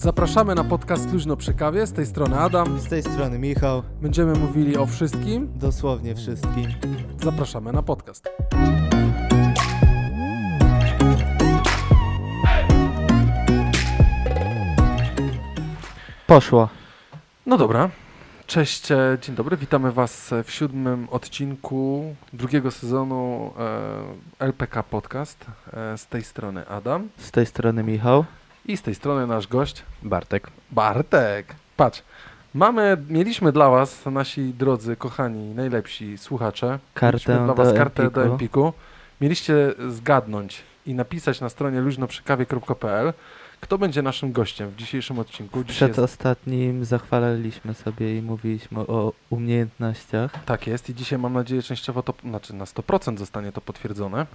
Zapraszamy na podcast Luźno przy kawie. Z tej strony Adam. Z tej strony Michał. Będziemy mówili o wszystkim. Dosłownie wszystkim. Zapraszamy na podcast. Poszło. No dobra. Cześć, dzień dobry. Witamy Was w 7. odcinku drugiego sezonu LPK Podcast. Z tej strony Adam. Z tej strony Michał. I z tej strony nasz gość Bartek. Bartek. Patrz, mieliśmy dla Was, nasi drodzy, kochani, najlepsi słuchacze, Kartę do Empiku. Mieliście zgadnąć i napisać na stronie luźnoprzykawie.pl, kto będzie naszym gościem w dzisiejszym odcinku. Ostatnim zachwalaliśmy sobie i mówiliśmy o umiejętnościach. Tak jest i dzisiaj mam nadzieję częściowo to, znaczy na 100% zostanie to potwierdzone,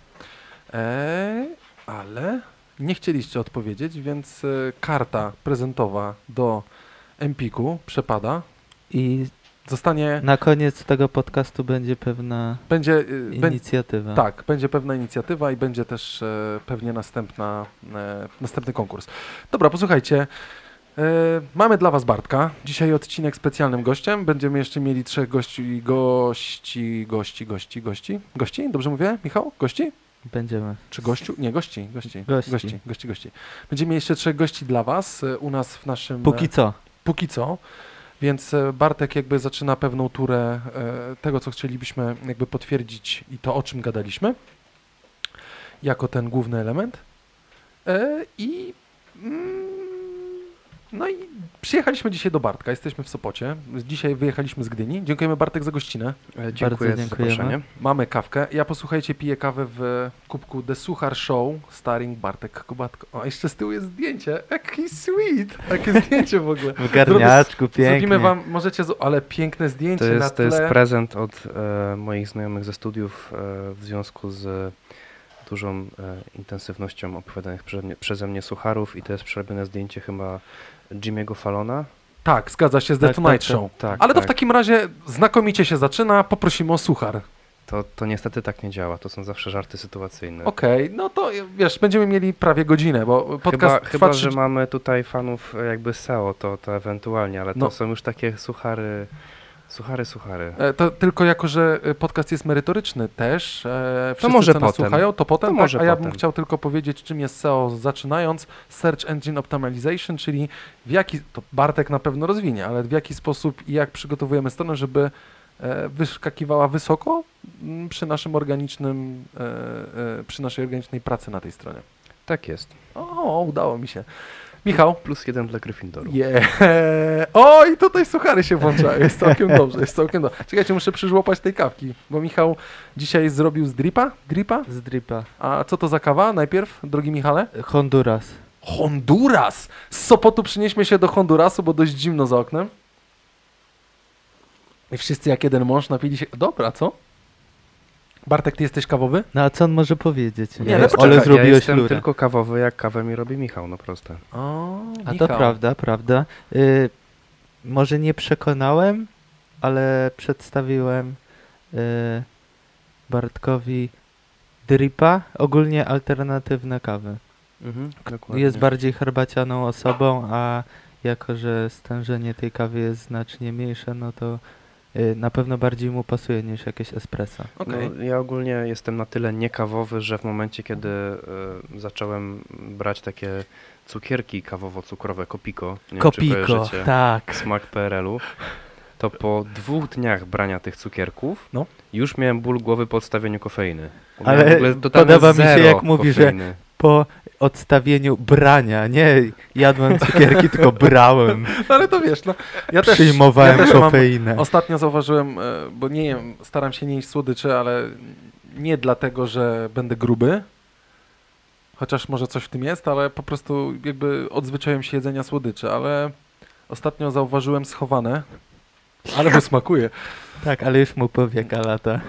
ale nie chcieliście odpowiedzieć, więc karta prezentowa do Empiku przepada I zostanie... na koniec tego podcastu będzie pewna inicjatywa. Tak, będzie pewna inicjatywa i będzie też pewnie następny konkurs. Dobra, posłuchajcie. Mamy dla Was Bartka. Dzisiaj odcinek specjalnym gościem. Będziemy jeszcze mieli 3 gości. Gości? Dobrze mówię, Michał? Gości? Będziemy. Czy gościu? Nie, gości. Gości. Będziemy mieli jeszcze 3 gości dla Was u nas w naszym... Póki co. Więc Bartek jakby zaczyna pewną turę tego, co chcielibyśmy jakby potwierdzić i to, o czym gadaliśmy, jako ten główny element. No i przyjechaliśmy dzisiaj do Bartka, jesteśmy w Sopocie. Dzisiaj wyjechaliśmy z Gdyni. Dziękujemy, Bartek, za gościnę. Dziękuję za zaproszenie. Mamy kawkę. Ja, posłuchajcie, piję kawę w kubku The Suchar Show, starring Bartek Kubatko. O, jeszcze z tyłu jest zdjęcie. Jaki sweet. Jakie zdjęcie w ogóle. W garniaczku, pięknie. Zrobimy Wam, ale piękne zdjęcie na tle. To jest prezent od moich znajomych ze studiów w związku z dużą intensywnością opowiadanych przeze mnie sucharów i to jest przerobione zdjęcie chyba Jimmy'ego Fallona. Tak, zgadza się, z The Tonight Show. Ale to w takim razie znakomicie się zaczyna, poprosimy o suchar. To niestety tak nie działa, to są zawsze żarty sytuacyjne. Okej, no to wiesz, będziemy mieli prawie godzinę, bo podcast Chyba że mamy tutaj fanów jakby SEO, to ewentualnie, ale to są już takie suchary. To tylko jako, że podcast jest merytoryczny też, wszyscy, to może co nas potem. słuchają, to potem, to może ja potem. bym chciał tylko powiedzieć, czym jest SEO zaczynając. Search Engine Optimization, czyli to Bartek na pewno rozwinie, ale w jaki sposób i jak przygotowujemy stronę, żeby wyskakiwała wysoko przy naszej organicznej pracy na tej stronie. Tak jest. O, udało mi się. Michał? +1 dla Gryffindoru. O, i tutaj suchary się włączają. Jest całkiem dobrze. Czekajcie, muszę przyżłopać tej kawki, bo Michał dzisiaj zrobił z dripa? Z dripa. A co to za kawa najpierw, drogi Michale? Honduras. Z Sopotu przynieśmy się do Hondurasu, bo dość zimno za oknem. I wszyscy jak jeden mąż napili się... Dobra, co? Bartek, ty jesteś kawowy? No a co on może powiedzieć? Ale zrobiłeś ja jestem tylko kawowy, jak kawę mi robi Michał, no proste. A to prawda. Może nie przekonałem, ale przedstawiłem Bartkowi dripa, ogólnie alternatywne kawy. Dokładnie. Jest bardziej herbacianą osobą, a jako, że stężenie tej kawy jest znacznie mniejsze, no to na pewno bardziej mu pasuje niż jakieś espresso. Okay. No, ja ogólnie jestem na tyle niekawowy, że w momencie, kiedy zacząłem brać takie cukierki kawowo-cukrowe Kopiko, tak. Smak PRL-u, to po 2 dniach brania tych cukierków już miałem ból głowy po odstawieniu kofeiny. Ale podoba mi się, jak mówi, że po odstawieniu brania, nie jadłem cukierki, tylko brałem. Ale to wiesz, ja też przyjmowałem kofeinę. Ostatnio zauważyłem, bo nie jem, staram się nie jeść słodyczy, ale nie dlatego, że będę gruby, chociaż może coś w tym jest, ale po prostu jakby odzwyczaiłem się jedzenia słodyczy, ale ostatnio zauważyłem schowane, ale mu smakuje. Tak, ale już mu powieka lata.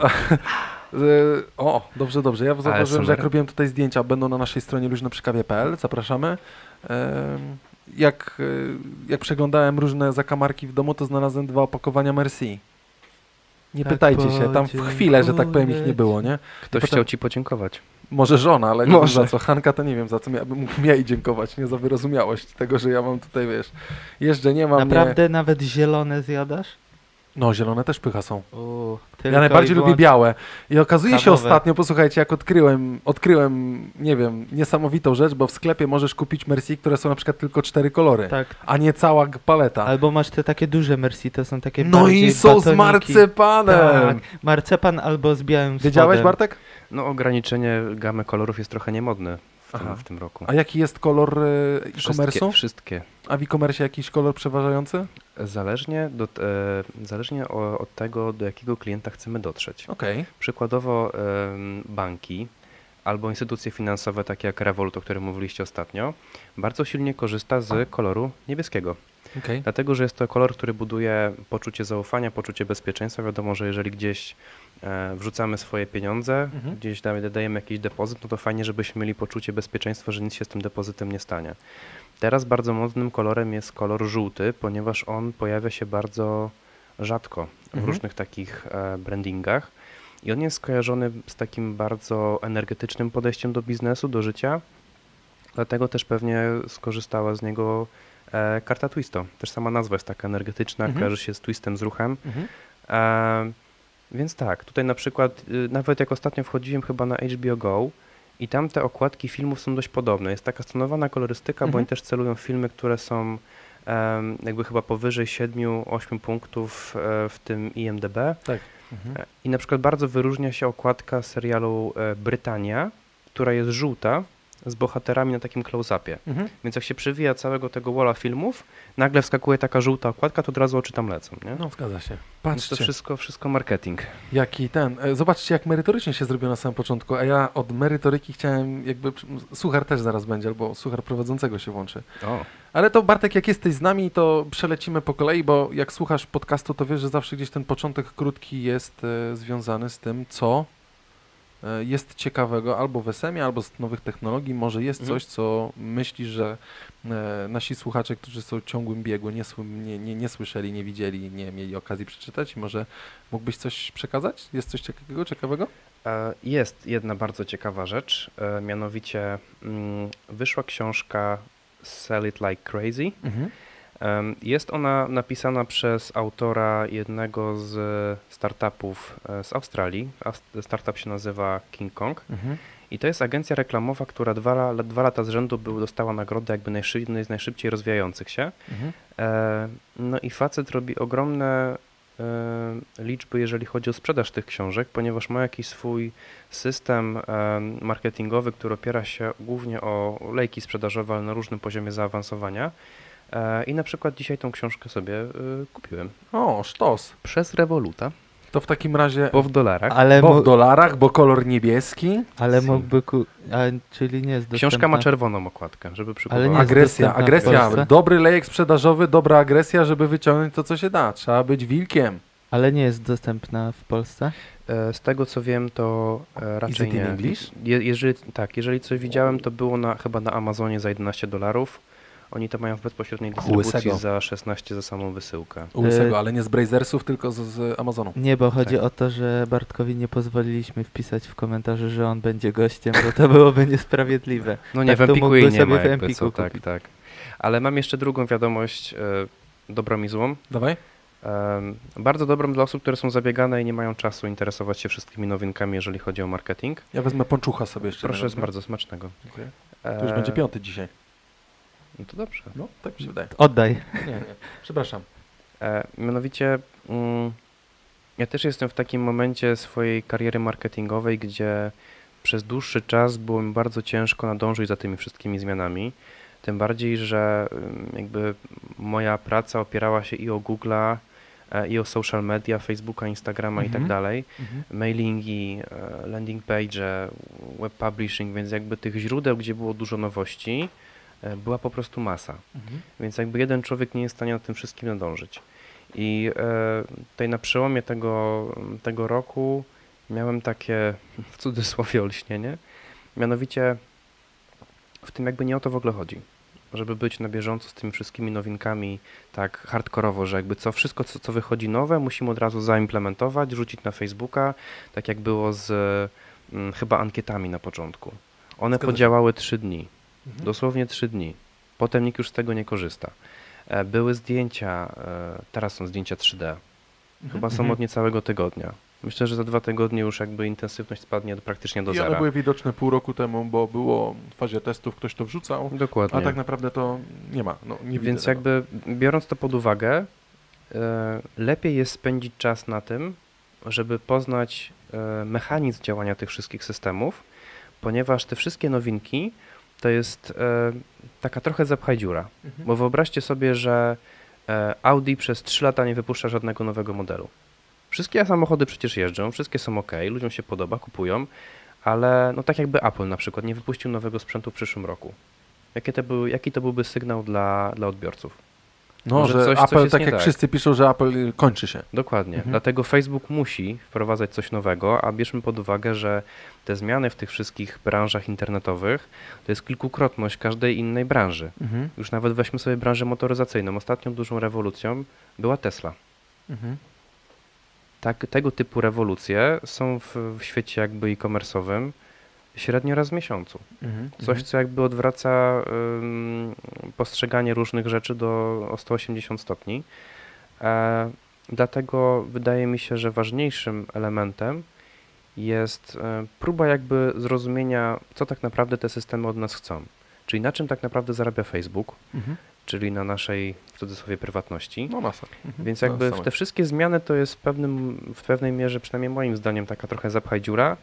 Dobrze. Ja zauważyłem, że jak robiłem tutaj zdjęcia, będą na naszej stronie luźnoprzykawie.pl, zapraszamy. Jak przeglądałem różne zakamarki w domu, to znalazłem 2 opakowania Merci. Nie pytajcie się, tam w chwilę, że tak powiem, ich nie było, nie? Ktoś chciał ci podziękować. Może żona, ale nie wiem za co. Hanka to nie wiem za co mógłbym jej dziękować, nie za wyrozumiałość tego, że ja mam tutaj, wiesz, jeżdżę, nie mam... Naprawdę nawet zielone zjadasz? No, zielone też pycha są. Ja najbardziej lubię białe. I okazuje się ostatnio, posłuchajcie, jak odkryłem, nie wiem, niesamowitą rzecz, bo w sklepie możesz kupić Merci, które są na przykład tylko 4 kolory, a nie cała paleta. Albo masz te takie duże Merci, to są takie no i są batoniki. Z marcepanem! Tak, marcepan albo z białym spodem. Wiedziałeś, Bartek? No ograniczenie gamy kolorów jest trochę niemodne w tym roku. A jaki jest kolor e-commerce'u? Wszystkie. A w e-commerce jakiś kolor przeważający? Zależnie od tego, do jakiego klienta chcemy dotrzeć. Okay. Przykładowo banki albo instytucje finansowe takie jak Revolut, o którym mówiliście ostatnio, bardzo silnie korzysta z koloru niebieskiego. Okay. Dlatego, że jest to kolor, który buduje poczucie zaufania, poczucie bezpieczeństwa. Wiadomo, że jeżeli gdzieś wrzucamy swoje pieniądze, gdzieś dajemy jakiś depozyt, no to fajnie, żebyśmy mieli poczucie bezpieczeństwa, że nic się z tym depozytem nie stanie. Teraz bardzo mocnym kolorem jest kolor żółty, ponieważ on pojawia się bardzo rzadko w różnych takich brandingach i on jest skojarzony z takim bardzo energetycznym podejściem do biznesu, do życia, dlatego też pewnie skorzystała z niego karta Twisto. Też sama nazwa jest taka energetyczna, kojarzy się z twistem, z ruchem. Więc tak, tutaj na przykład, nawet jak ostatnio wchodziłem chyba na HBO Go i tam te okładki filmów są dość podobne. Jest taka stonowana kolorystyka, bo oni też celują w filmy, które są jakby chyba powyżej 7-8 punktów w tym IMDb. Tak. I na przykład bardzo wyróżnia się okładka serialu Brytania, która jest żółta, z bohaterami na takim close-upie. Więc jak się przywija całego tego walla filmów, nagle wskakuje taka żółta okładka, to od razu oczy tam lecą, nie? No, zgadza się. Patrzcie. Więc to wszystko marketing. Zobaczcie, jak merytorycznie się zrobiło na samym początku, a ja od merytoryki chciałem suchar też zaraz będzie, albo suchar prowadzącego się włączy. Ale to Bartek, jak jesteś z nami, to przelecimy po kolei, bo jak słuchasz podcastu, to wiesz, że zawsze gdzieś ten początek krótki jest związany z tym, co jest ciekawego albo w SM-ie, albo z nowych technologii. Może jest coś, co myślisz, że nasi słuchacze, którzy są w ciągłym biegu, nie słyszeli, nie widzieli, nie mieli okazji przeczytać i może mógłbyś coś przekazać? Jest coś ciekawego? Jest jedna bardzo ciekawa rzecz, mianowicie wyszła książka Sell It Like Crazy. Jest ona napisana przez autora jednego z startupów z Australii. Startup się nazywa King Kong. I to jest agencja reklamowa, która 2 lata z rzędu dostała nagrodę jakby jednej z najszybciej rozwijających się. No i facet robi ogromne liczby, jeżeli chodzi o sprzedaż tych książek, ponieważ ma jakiś swój system marketingowy, który opiera się głównie o lejki sprzedażowe, ale na różnym poziomie zaawansowania. I na przykład dzisiaj tą książkę sobie kupiłem. O, sztos. Przez Revoluta. To w takim razie... Bo w dolarach. W dolarach, bo kolor niebieski. Ale mógłby... czyli nie jest dostępna. Książka ma czerwoną okładkę, żeby przygotować. Agresja. Dobry lejek sprzedażowy, dobra agresja, żeby wyciągnąć to, co się da. Trzeba być wilkiem. Ale nie jest dostępna w Polsce? Z tego, co wiem, to raczej nie. English? Jeżeli coś widziałem, to było chyba na Amazonie za $11. Oni to mają w bezpośredniej dystrybucji za 16 za samą wysyłkę. Łysego, ale nie z Brazersów, tylko z Amazonu. Nie, bo chodzi o to, że Bartkowi nie pozwoliliśmy wpisać w komentarzu, że on będzie gościem, bo to byłoby niesprawiedliwe. No nie, w Empiku jej nie ma jakby co, tak. Ale mam jeszcze drugą wiadomość, dobrą i złą. Dawaj. Bardzo dobrą dla osób, które są zabiegane i nie mają czasu interesować się wszystkimi nowinkami, jeżeli chodzi o marketing. Ja wezmę ponczucha sobie jeszcze. Proszę, jest bardzo smacznego. Dziękuję. To już będzie 5 dzisiaj. No to dobrze. No, tak mi się wydaje. Oddaj. Nie. Przepraszam. Mianowicie ja też jestem w takim momencie swojej kariery marketingowej, gdzie przez dłuższy czas było mi bardzo ciężko nadążyć za tymi wszystkimi zmianami. Tym bardziej, że jakby moja praca opierała się i o Google'a, i o social media, Facebooka, Instagrama i tak dalej. Mailingi, landing page, web publishing, więc jakby tych źródeł, gdzie było dużo nowości, była po prostu masa. Więc jakby jeden człowiek nie jest w stanie nad tym wszystkim nadążyć. I tutaj na przełomie tego roku miałem takie, w cudzysłowie, olśnienie. Mianowicie w tym jakby nie o to w ogóle chodzi. Żeby być na bieżąco z tymi wszystkimi nowinkami tak hardkorowo, że jakby wszystko, co wychodzi nowe, musimy od razu zaimplementować, rzucić na Facebooka, tak jak było z chyba ankietami na początku. One podziałały 3 dni. Dosłownie 3 dni. Potem nikt już z tego nie korzysta. Były zdjęcia, teraz są zdjęcia 3D. Chyba są od niecałego tygodnia. Myślę, że za 2 tygodnie już jakby intensywność spadnie praktycznie do zera. I one były widoczne pół roku temu, bo było w fazie testów, ktoś to wrzucał. Dokładnie. A tak naprawdę to nie ma. Nie Więc widzę jakby biorąc to pod uwagę, lepiej jest spędzić czas na tym, żeby poznać mechanizm działania tych wszystkich systemów, ponieważ te wszystkie nowinki to jest taka trochę zapchaj dziura. Bo wyobraźcie sobie, że Audi przez 3 lata nie wypuszcza żadnego nowego modelu. Wszystkie samochody przecież jeżdżą, wszystkie są ok, ludziom się podoba, kupują, ale no tak jakby Apple na przykład nie wypuścił nowego sprzętu w przyszłym roku. Jaki to byłby sygnał dla odbiorców? No, że Apple, tak jak wszyscy piszą, że Apple kończy się. Dokładnie. Dlatego Facebook musi wprowadzać coś nowego, a bierzmy pod uwagę, że te zmiany w tych wszystkich branżach internetowych to jest kilkukrotność każdej innej branży. Już nawet weźmy sobie branżę motoryzacyjną. Ostatnią dużą rewolucją była Tesla. Tego typu rewolucje są w świecie jakby e-commerce'owym średnio raz w miesiącu. Coś, co jakby odwraca postrzeganie różnych rzeczy o 180 stopni. Dlatego wydaje mi się, że ważniejszym elementem jest próba jakby zrozumienia, co tak naprawdę te systemy od nas chcą. Czyli na czym tak naprawdę zarabia Facebook, czyli na naszej, w cudzysłowie, prywatności. No masa. Więc jakby te wszystkie zmiany to jest w pewnej mierze, przynajmniej moim zdaniem, taka trochę zapchaj dziura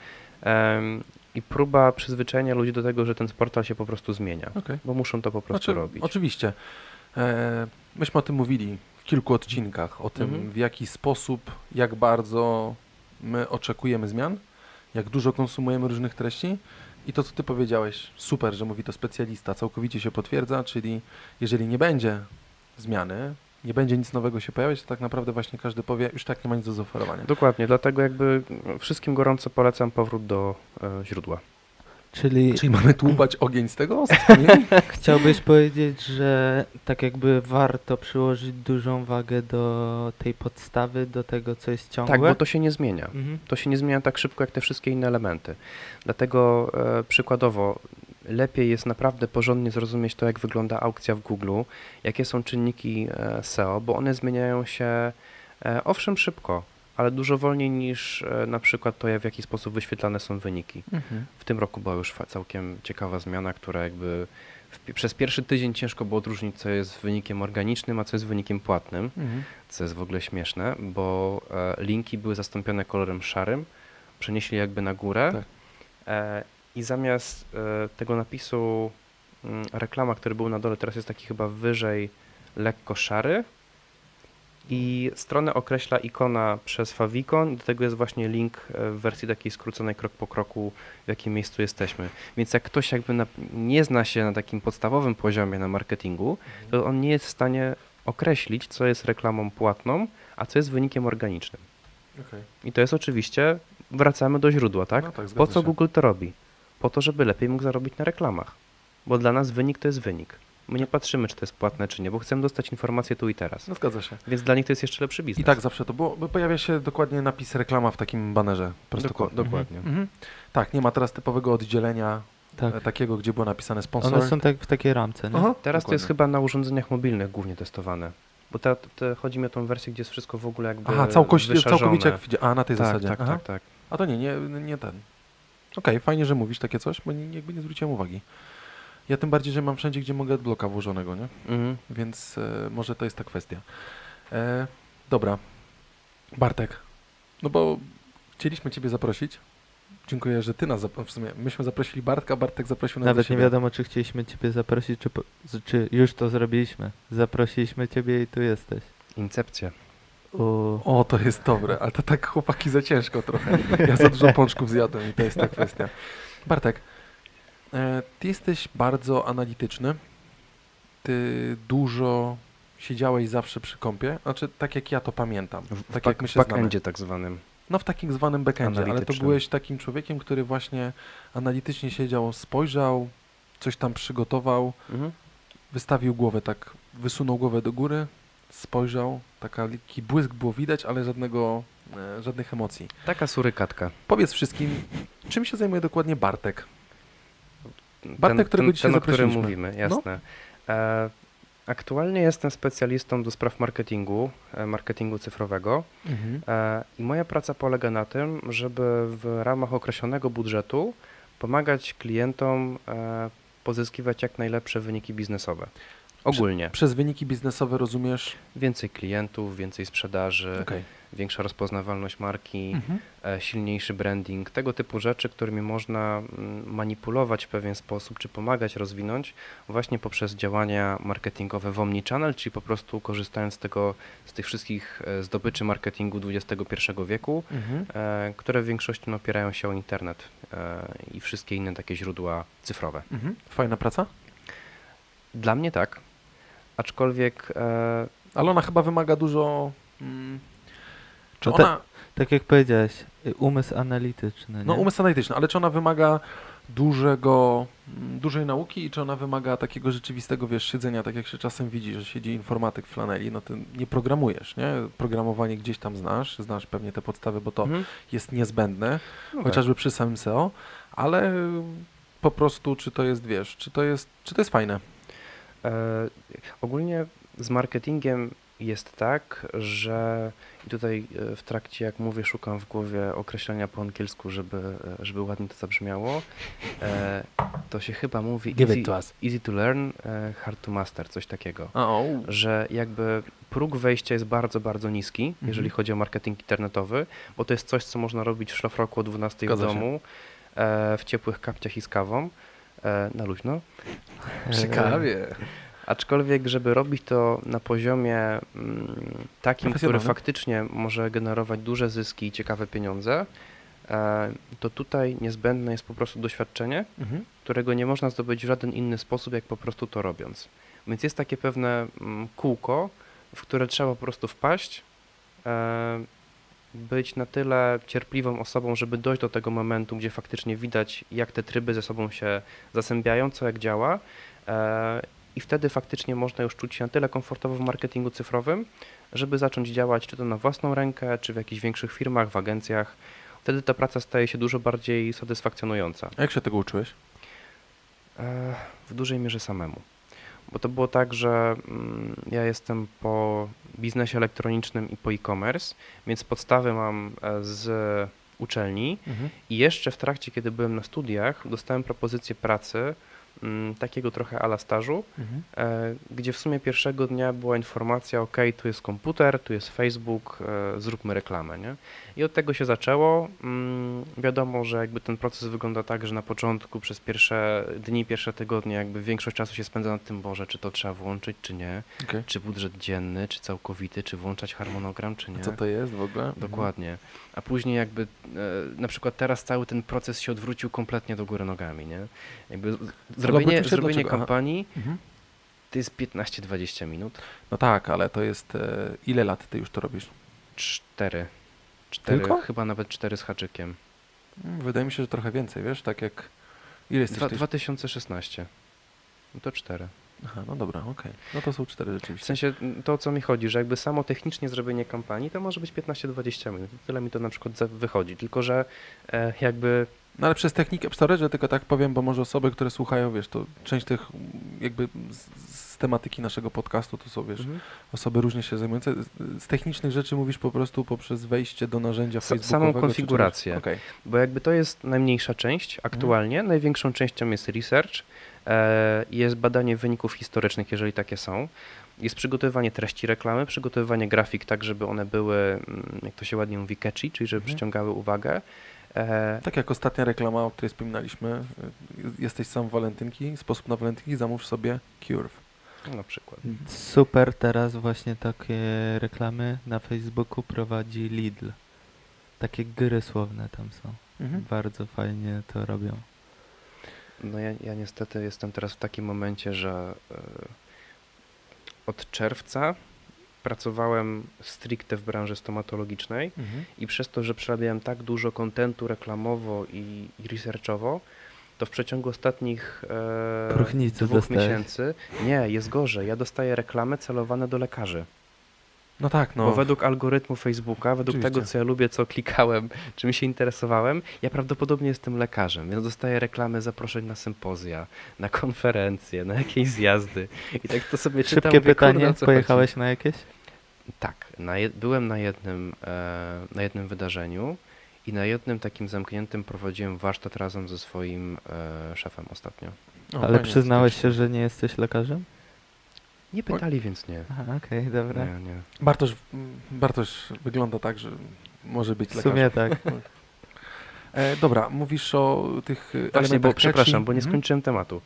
i próba przyzwyczajenia ludzi do tego, że ten portal się po prostu zmienia, bo muszą to po prostu robić. Oczywiście. Myśmy o tym mówili w kilku odcinkach, o tym w jaki sposób, jak bardzo my oczekujemy zmian, jak dużo konsumujemy różnych treści. I to, co ty powiedziałeś, super, że mówi to specjalista, całkowicie się potwierdza, czyli jeżeli nie będzie zmiany, nie będzie nic nowego się pojawiać, to tak naprawdę właśnie każdy powie, już tak nie ma nic do zaoferowania. Dokładnie, dlatego jakby wszystkim gorąco polecam powrót do źródła. Czyli mamy tłupać ogień z tego? Chciałbyś powiedzieć, że tak jakby warto przyłożyć dużą wagę do tej podstawy, do tego, co jest ciągłe? Tak, bo to się nie zmienia. To się nie zmienia tak szybko, jak te wszystkie inne elementy. Dlatego przykładowo lepiej jest naprawdę porządnie zrozumieć to, jak wygląda aukcja w Google, jakie są czynniki SEO, bo one zmieniają się owszem szybko, ale dużo wolniej niż na przykład to, w jaki sposób wyświetlane są wyniki. W tym roku była już całkiem ciekawa zmiana, która jakby przez pierwszy tydzień ciężko było odróżnić, co jest wynikiem organicznym, a co jest wynikiem płatnym, co jest w ogóle śmieszne, bo linki były zastąpione kolorem szarym, przenieśli jakby na górę i zamiast tego napisu reklama, który był na dole, teraz jest taki chyba wyżej lekko szary, i stronę określa ikona przez favicon, do tego jest właśnie link w wersji takiej skróconej krok po kroku, w jakim miejscu jesteśmy. Więc jak ktoś jakby nie zna się na takim podstawowym poziomie na marketingu, to on nie jest w stanie określić, co jest reklamą płatną, a co jest wynikiem organicznym. I to jest oczywiście, wracamy do źródła, tak? No tak, po co Google to robi? Po to, żeby lepiej mógł zarobić na reklamach. Bo dla nas wynik to jest wynik. My nie patrzymy, czy to jest płatne, czy nie, bo chcemy dostać informację tu i teraz. No zgadza się. Więc dla nich to jest jeszcze lepszy biznes. I tak zawsze to było, bo pojawia się dokładnie napis reklama w takim banerze. Dokładnie. Tak, nie ma teraz typowego oddzielenia takiego, gdzie było napisane sponsor. One są w takiej ramce, nie? Teraz dokładnie. To jest chyba na urządzeniach mobilnych głównie testowane. Bo chodzi mi o tą wersję, gdzie jest wszystko w ogóle jakby całkowicie jak widzi. Na tej zasadzie. Tak. A to nie ten. Okej, fajnie, że mówisz takie coś, bo jakby nie zwróciłem uwagi. Ja tym bardziej, że mam wszędzie, gdzie mogę adblocka włożonego, nie? Więc może to jest ta kwestia. Dobra. Bartek, no bo chcieliśmy ciebie zaprosić. Dziękuję, że ty nas w sumie myśmy zaprosili Bartka, Bartek zaprosił nas do siebie. Nawet nie wiadomo, czy chcieliśmy ciebie zaprosić, czy już to zrobiliśmy. Zaprosiliśmy ciebie i tu jesteś. Incepcja. O, to jest dobre, ale to tak chłopaki za ciężko trochę. Ja za dużo pączków zjadłem i to jest ta kwestia. Bartek, ty jesteś bardzo analityczny. Ty dużo siedziałeś zawsze przy kompie. Znaczy, tak jak ja to pamiętam. Tak jak my się znamy. W backendzie tak zwanym. No w takim zwanym backendzie, ale to byłeś takim człowiekiem, który właśnie analitycznie siedział, spojrzał, coś tam przygotował, wystawił głowę tak, wysunął głowę do góry, spojrzał, taki błysk było widać, ale żadnego żadnych emocji. Taka surykatka. Powiedz wszystkim, czym się zajmuje dokładnie Bartek? Bartek, którego dzisiaj ten, o którym zaprosiliśmy. mówimy, jasne. Aktualnie jestem specjalistą do spraw marketingu cyfrowego i moja praca polega na tym, żeby w ramach określonego budżetu pomagać klientom pozyskiwać jak najlepsze wyniki biznesowe. Ogólnie. Przez wyniki biznesowe rozumiesz? Więcej klientów, więcej sprzedaży, większa rozpoznawalność marki, silniejszy branding, tego typu rzeczy, którymi można manipulować w pewien sposób, czy pomagać rozwinąć właśnie poprzez działania marketingowe w omnichannel, czyli po prostu korzystając z tych wszystkich zdobyczy marketingu XXI wieku, które w większości opierają się o internet i wszystkie inne takie źródła cyfrowe. Fajna praca? Dla mnie tak, aczkolwiek... Ale ona chyba wymaga dużo... Czy no ona... Tak jak powiedziałeś, umysł analityczny. No nie? umysł analityczny, ale czy ona wymaga dużej nauki i czy ona wymaga takiego rzeczywistego, siedzenia, tak jak się czasem widzi, że siedzi informatyk w flaneli, no ty nie programujesz, nie? Programowanie gdzieś tam znasz pewnie te podstawy, bo to jest niezbędne, chociażby przy samym SEO, ale po prostu czy to jest, czy to jest fajne? Ogólnie z marketingiem jest tak, że i tutaj w trakcie, jak mówię, szukam w głowie określenia po angielsku, żeby ładnie to zabrzmiało. To się chyba mówi easy to learn, hard to master, coś takiego. Że jakby próg wejścia jest bardzo, bardzo niski, jeżeli chodzi o marketing internetowy, bo to jest coś, co można robić w szlafroku o 12 w domu, w ciepłych kapciach i z kawą, na luźno. Przy kawie. Aczkolwiek, żeby robić to na poziomie takim, który faktycznie może generować duże zyski i ciekawe pieniądze, to tutaj niezbędne jest po prostu doświadczenie, którego nie można zdobyć w żaden inny sposób, jak po prostu to robiąc. Więc jest takie pewne kółko, w które trzeba po prostu wpaść, być na tyle cierpliwą osobą, żeby dojść do tego momentu, gdzie faktycznie widać, jak te tryby ze sobą się zazębiają, co jak działa. I wtedy faktycznie można już czuć się na tyle komfortowo w marketingu cyfrowym, żeby zacząć działać czy to na własną rękę, czy w jakichś większych firmach, w agencjach. Wtedy ta praca staje się dużo bardziej satysfakcjonująca. A jak się tego uczyłeś? W dużej mierze samemu. Bo to było tak, że ja jestem po biznesie elektronicznym i po e-commerce, więc podstawy mam z uczelni i jeszcze w trakcie, kiedy byłem na studiach, dostałem propozycję pracy, takiego trochę ala stażu, gdzie w sumie pierwszego dnia była informacja, ok, tu jest komputer, tu jest Facebook, zróbmy reklamę, nie? I od tego się zaczęło. Wiadomo, że jakby ten proces wygląda tak, że na początku przez pierwsze dni, pierwsze tygodnie jakby większość czasu się spędza nad tym, Boże, czy to trzeba włączyć, czy nie, czy budżet dzienny, czy całkowity, czy włączać harmonogram, czy nie. A co to jest w ogóle? Dokładnie. A później jakby na przykład teraz cały ten proces się odwrócił kompletnie do góry nogami, nie? Jakby zrobienie kampanii to jest 15-20 minut. No tak, ale to jest... ile lat ty już to robisz? 4. Tylko? Chyba nawet 4 z haczykiem. Wydaje mi się, że trochę więcej, tak jak... Ile jesteś? 2016. No to 4. Aha, no dobra, okej. No to są 4 rzeczywiście. W sensie to, o co mi chodzi, że jakby samo technicznie zrobienie kampanii to może być 15-20 minut. Tyle mi to na przykład wychodzi, tylko że jakby... No ale przez technikę, że tylko tak powiem, bo może osoby, które słuchają, to część tych jakby z tematyki naszego podcastu to są, osoby różnie się zajmujące. Z technicznych rzeczy mówisz po prostu poprzez wejście do narzędzia facebookowego. Samą konfigurację, bo jakby to jest najmniejsza część aktualnie. Największą częścią jest research, jest badanie wyników historycznych, jeżeli takie są. Jest przygotowywanie treści reklamy, przygotowywanie grafik tak, żeby one były, jak to się ładnie mówi, catchy, czyli żeby przyciągały uwagę. Tak jak ostatnia reklama, o której wspominaliśmy, jesteś sam walentynki, sposób na walentynki, zamów sobie Curve. Na przykład. Super, teraz właśnie takie reklamy na Facebooku prowadzi Lidl. Takie gry słowne tam są. Bardzo fajnie to robią. No ja niestety jestem teraz w takim momencie, że od czerwca pracowałem stricte w branży stomatologicznej i przez to, że przerabiałem tak dużo kontentu reklamowo i researchowo, to w przeciągu ostatnich 2 miesięcy, nie, jest gorzej, ja dostaję reklamy celowane do lekarzy. No tak, no. Bo według algorytmu Facebooka, według tego, co ja lubię, co klikałem, czym się interesowałem, ja prawdopodobnie jestem lekarzem, więc dostaję reklamy zaproszeń na sympozja, na konferencje, na jakieś zjazdy. I tak to sobie czytam. Szybkie pytanie, pojechałeś na jakieś? Tak, byłem na jednym wydarzeniu i na jednym takim zamkniętym prowadziłem warsztat razem ze swoim szefem ostatnio. Ale przyznałeś się, że nie jesteś lekarzem? Nie pytali, więc nie. Aha, okej, dobra. Nie. Bartosz wygląda tak, że może być lekarzem. W sumie tak. Dobra, mówisz o tych Właśnie, bo przepraszam, bo nie skończyłem tematu.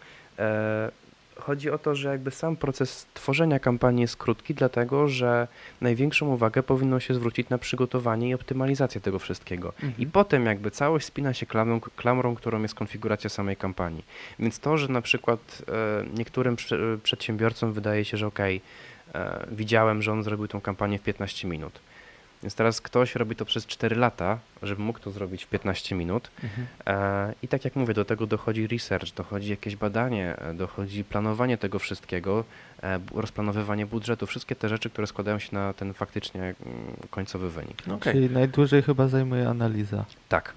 Chodzi o to, że jakby sam proces tworzenia kampanii jest krótki, dlatego że największą uwagę powinno się zwrócić na przygotowanie i optymalizację tego wszystkiego. I potem jakby całość spina się klamrą, którą jest konfiguracja samej kampanii. Więc to, że na przykład niektórym przedsiębiorcom wydaje się, że widziałem, że on zrobił tą kampanię w 15 minut. Więc teraz ktoś robi to przez 4 lata, żeby mógł to zrobić w 15 minut. I tak jak mówię, do tego dochodzi research, dochodzi jakieś badanie, dochodzi planowanie tego wszystkiego, rozplanowywanie budżetu, wszystkie te rzeczy, które składają się na ten faktycznie końcowy wynik. Okay. Czyli najdłużej chyba zajmuje analiza. Tak.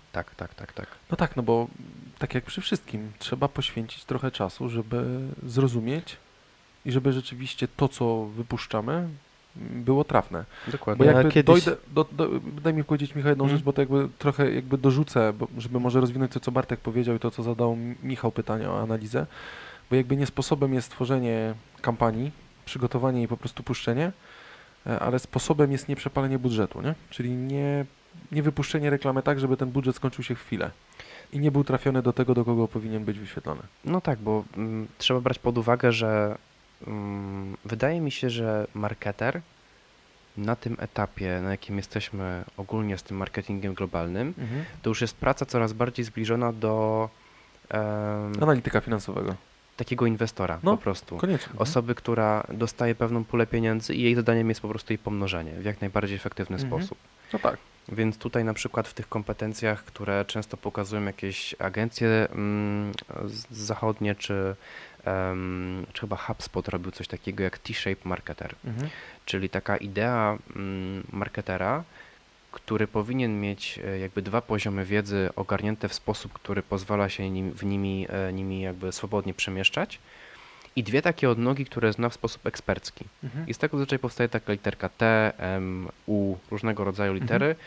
No tak, no bo tak jak przy wszystkim, trzeba poświęcić trochę czasu, żeby zrozumieć i żeby rzeczywiście to, co wypuszczamy, było trafne. Dokładnie. Bo jakby daj mi powiedzieć, Michał, jedną rzecz, bo to jakby trochę jakby dorzucę, żeby może rozwinąć to, co Bartek powiedział i to, co zadał Michał pytanie o analizę, bo jakby nie sposobem jest tworzenie kampanii, przygotowanie i po prostu puszczenie, ale sposobem jest nieprzepalenie budżetu, nie? Czyli nie wypuszczenie reklamy tak, żeby ten budżet skończył się w chwilę i nie był trafiony do tego, do kogo powinien być wyświetlony. No tak, bo trzeba brać pod uwagę, że wydaje mi się, że marketer na tym etapie, na jakim jesteśmy ogólnie z tym marketingiem globalnym, to już jest praca coraz bardziej zbliżona do analityka finansowego. Takiego inwestora po prostu. Koniecznie. Osoby, która dostaje pewną pulę pieniędzy i jej zadaniem jest po prostu jej pomnożenie w jak najbardziej efektywny sposób. No tak. Więc tutaj na przykład w tych kompetencjach, które często pokazują jakieś agencje zachodnie, czy chyba HubSpot robił coś takiego jak T-shape marketer, czyli taka idea marketera, który powinien mieć jakby 2 poziomy wiedzy ogarnięte w sposób, który pozwala się nimi jakby swobodnie przemieszczać i 2 takie odnogi, które zna w sposób ekspercki. I z tego zazwyczaj powstaje taka literka T, M, U, różnego rodzaju litery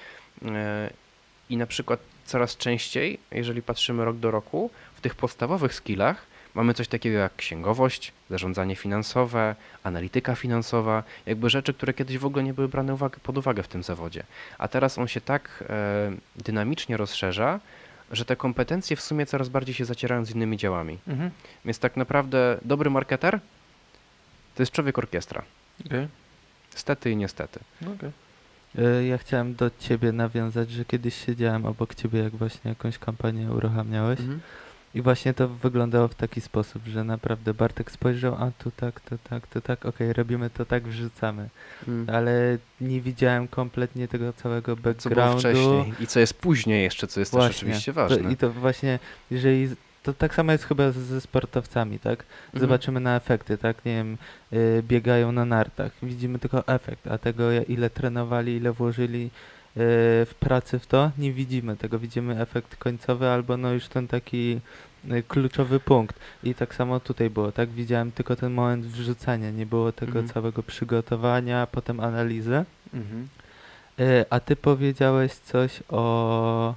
i na przykład coraz częściej, jeżeli patrzymy rok do roku, w tych podstawowych skillach mamy coś takiego jak księgowość, zarządzanie finansowe, analityka finansowa, jakby rzeczy, które kiedyś w ogóle nie były brane pod uwagę w tym zawodzie. A teraz on się tak dynamicznie rozszerza, że te kompetencje w sumie coraz bardziej się zacierają z innymi działami. Więc tak naprawdę dobry marketer to jest człowiek orkiestra. Stety i niestety. Ja chciałem do ciebie nawiązać, że kiedyś siedziałem obok ciebie, jak właśnie jakąś kampanię uruchamiałeś. I właśnie to wyglądało w taki sposób, że naprawdę Bartek spojrzał, a tu tak, okej, robimy to tak, wrzucamy. Ale nie widziałem kompletnie tego całego backgroundu. Co było wcześniej i co jest później jeszcze, co jest też oczywiście ważne. I to właśnie, jeżeli... To tak samo jest chyba ze sportowcami, tak? Zobaczymy na efekty, tak? Nie wiem, biegają na nartach. Widzimy tylko efekt, a tego ile trenowali, ile włożyli w pracy w to, nie widzimy tego. Widzimy efekt końcowy albo no już ten taki kluczowy punkt. I tak samo tutaj było, tak? Widziałem tylko ten moment wrzucania, nie było tego całego przygotowania, potem analizy. A ty powiedziałeś coś o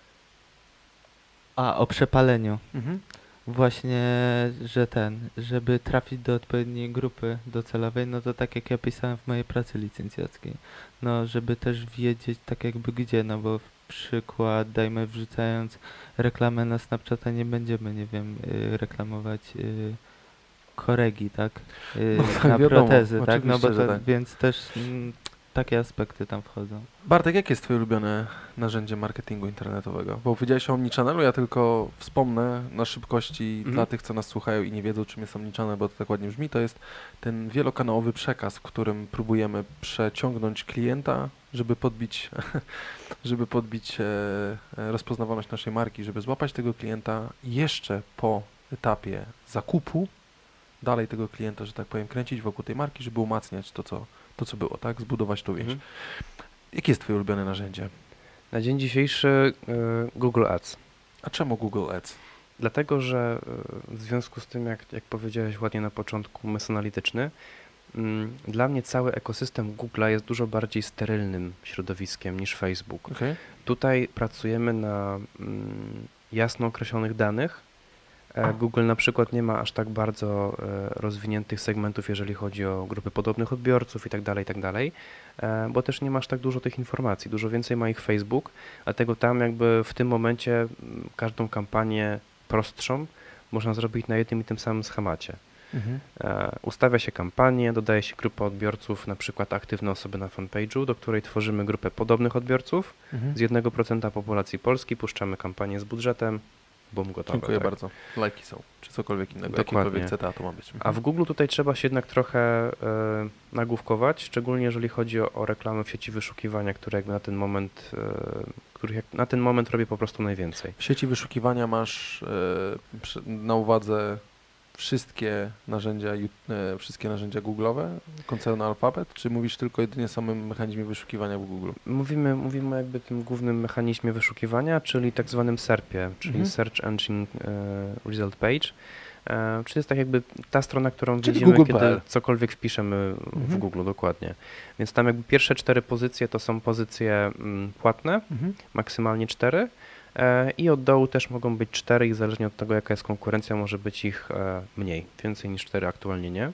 przepaleniu. Właśnie, że żeby trafić do odpowiedniej grupy docelowej, no to tak jak ja pisałem w mojej pracy licencjackiej, no żeby też wiedzieć tak jakby gdzie, no bo przykład, dajmy wrzucając reklamę na Snapchata, nie będziemy, nie wiem, reklamować koregi, tak? Na wiadomo, protezy, tak? No bo tak. więc też takie aspekty tam wchodzą. Bartek, jakie jest twoje ulubione narzędzie marketingu internetowego? Bo powiedziałeś o Omnichannelu, ja tylko wspomnę na szybkości dla tych, co nas słuchają i nie wiedzą, czym jest Omnichannel, bo to tak ładnie brzmi, to jest ten wielokanałowy przekaz, w którym próbujemy przeciągnąć klienta, żeby podbić rozpoznawalność naszej marki, żeby złapać tego klienta jeszcze po etapie zakupu, dalej tego klienta, że tak powiem, kręcić wokół tej marki, żeby umacniać to, to co było, tak? Zbudować tą więź. Jakie jest twoje ulubione narzędzie? Na dzień dzisiejszy Google Ads. A czemu Google Ads? Dlatego, że w związku z tym, jak powiedziałeś ładnie na początku, umysł analityczny, dla mnie cały ekosystem Google'a jest dużo bardziej sterylnym środowiskiem niż Facebook. Okay. Tutaj pracujemy na jasno określonych danych. Google na przykład nie ma aż tak bardzo rozwiniętych segmentów, jeżeli chodzi o grupy podobnych odbiorców i tak dalej, bo też nie ma aż tak dużo tych informacji. Dużo więcej ma ich Facebook, dlatego tam jakby w tym momencie każdą kampanię prostszą można zrobić na jednym i tym samym schemacie. Ustawia się kampanię, dodaje się grupę odbiorców, na przykład aktywne osoby na fanpage'u, do której tworzymy grupę podobnych odbiorców z 1% populacji Polski, puszczamy kampanię z budżetem, bum, gotowe. Dziękuję tak. bardzo. Lajki są, czy cokolwiek innego, Dokładnie. jakiekolwiek CTA to ma być. A w Google tutaj trzeba się jednak trochę nagłówkować, szczególnie jeżeli chodzi o reklamy w sieci wyszukiwania, które jakby na ten moment, których na ten moment robię po prostu najwięcej. W sieci wyszukiwania masz na uwadze wszystkie narzędzia Google'owe, koncernu Alphabet, czy mówisz tylko jedynie o samym mechanizmie wyszukiwania w Google? Mówimy jakby tym głównym mechanizmie wyszukiwania, czyli tak zwanym SERP-ie, czyli Search Engine Result Page. Czyli to jest tak jakby ta strona, którą czyli widzimy, Google.pl. kiedy cokolwiek wpiszemy w Google, dokładnie. Więc tam jakby pierwsze 4 pozycje to są pozycje płatne, maksymalnie 4. I od dołu też mogą być 4 i zależnie od tego, jaka jest konkurencja, może być ich mniej. Więcej niż 4 aktualnie nie.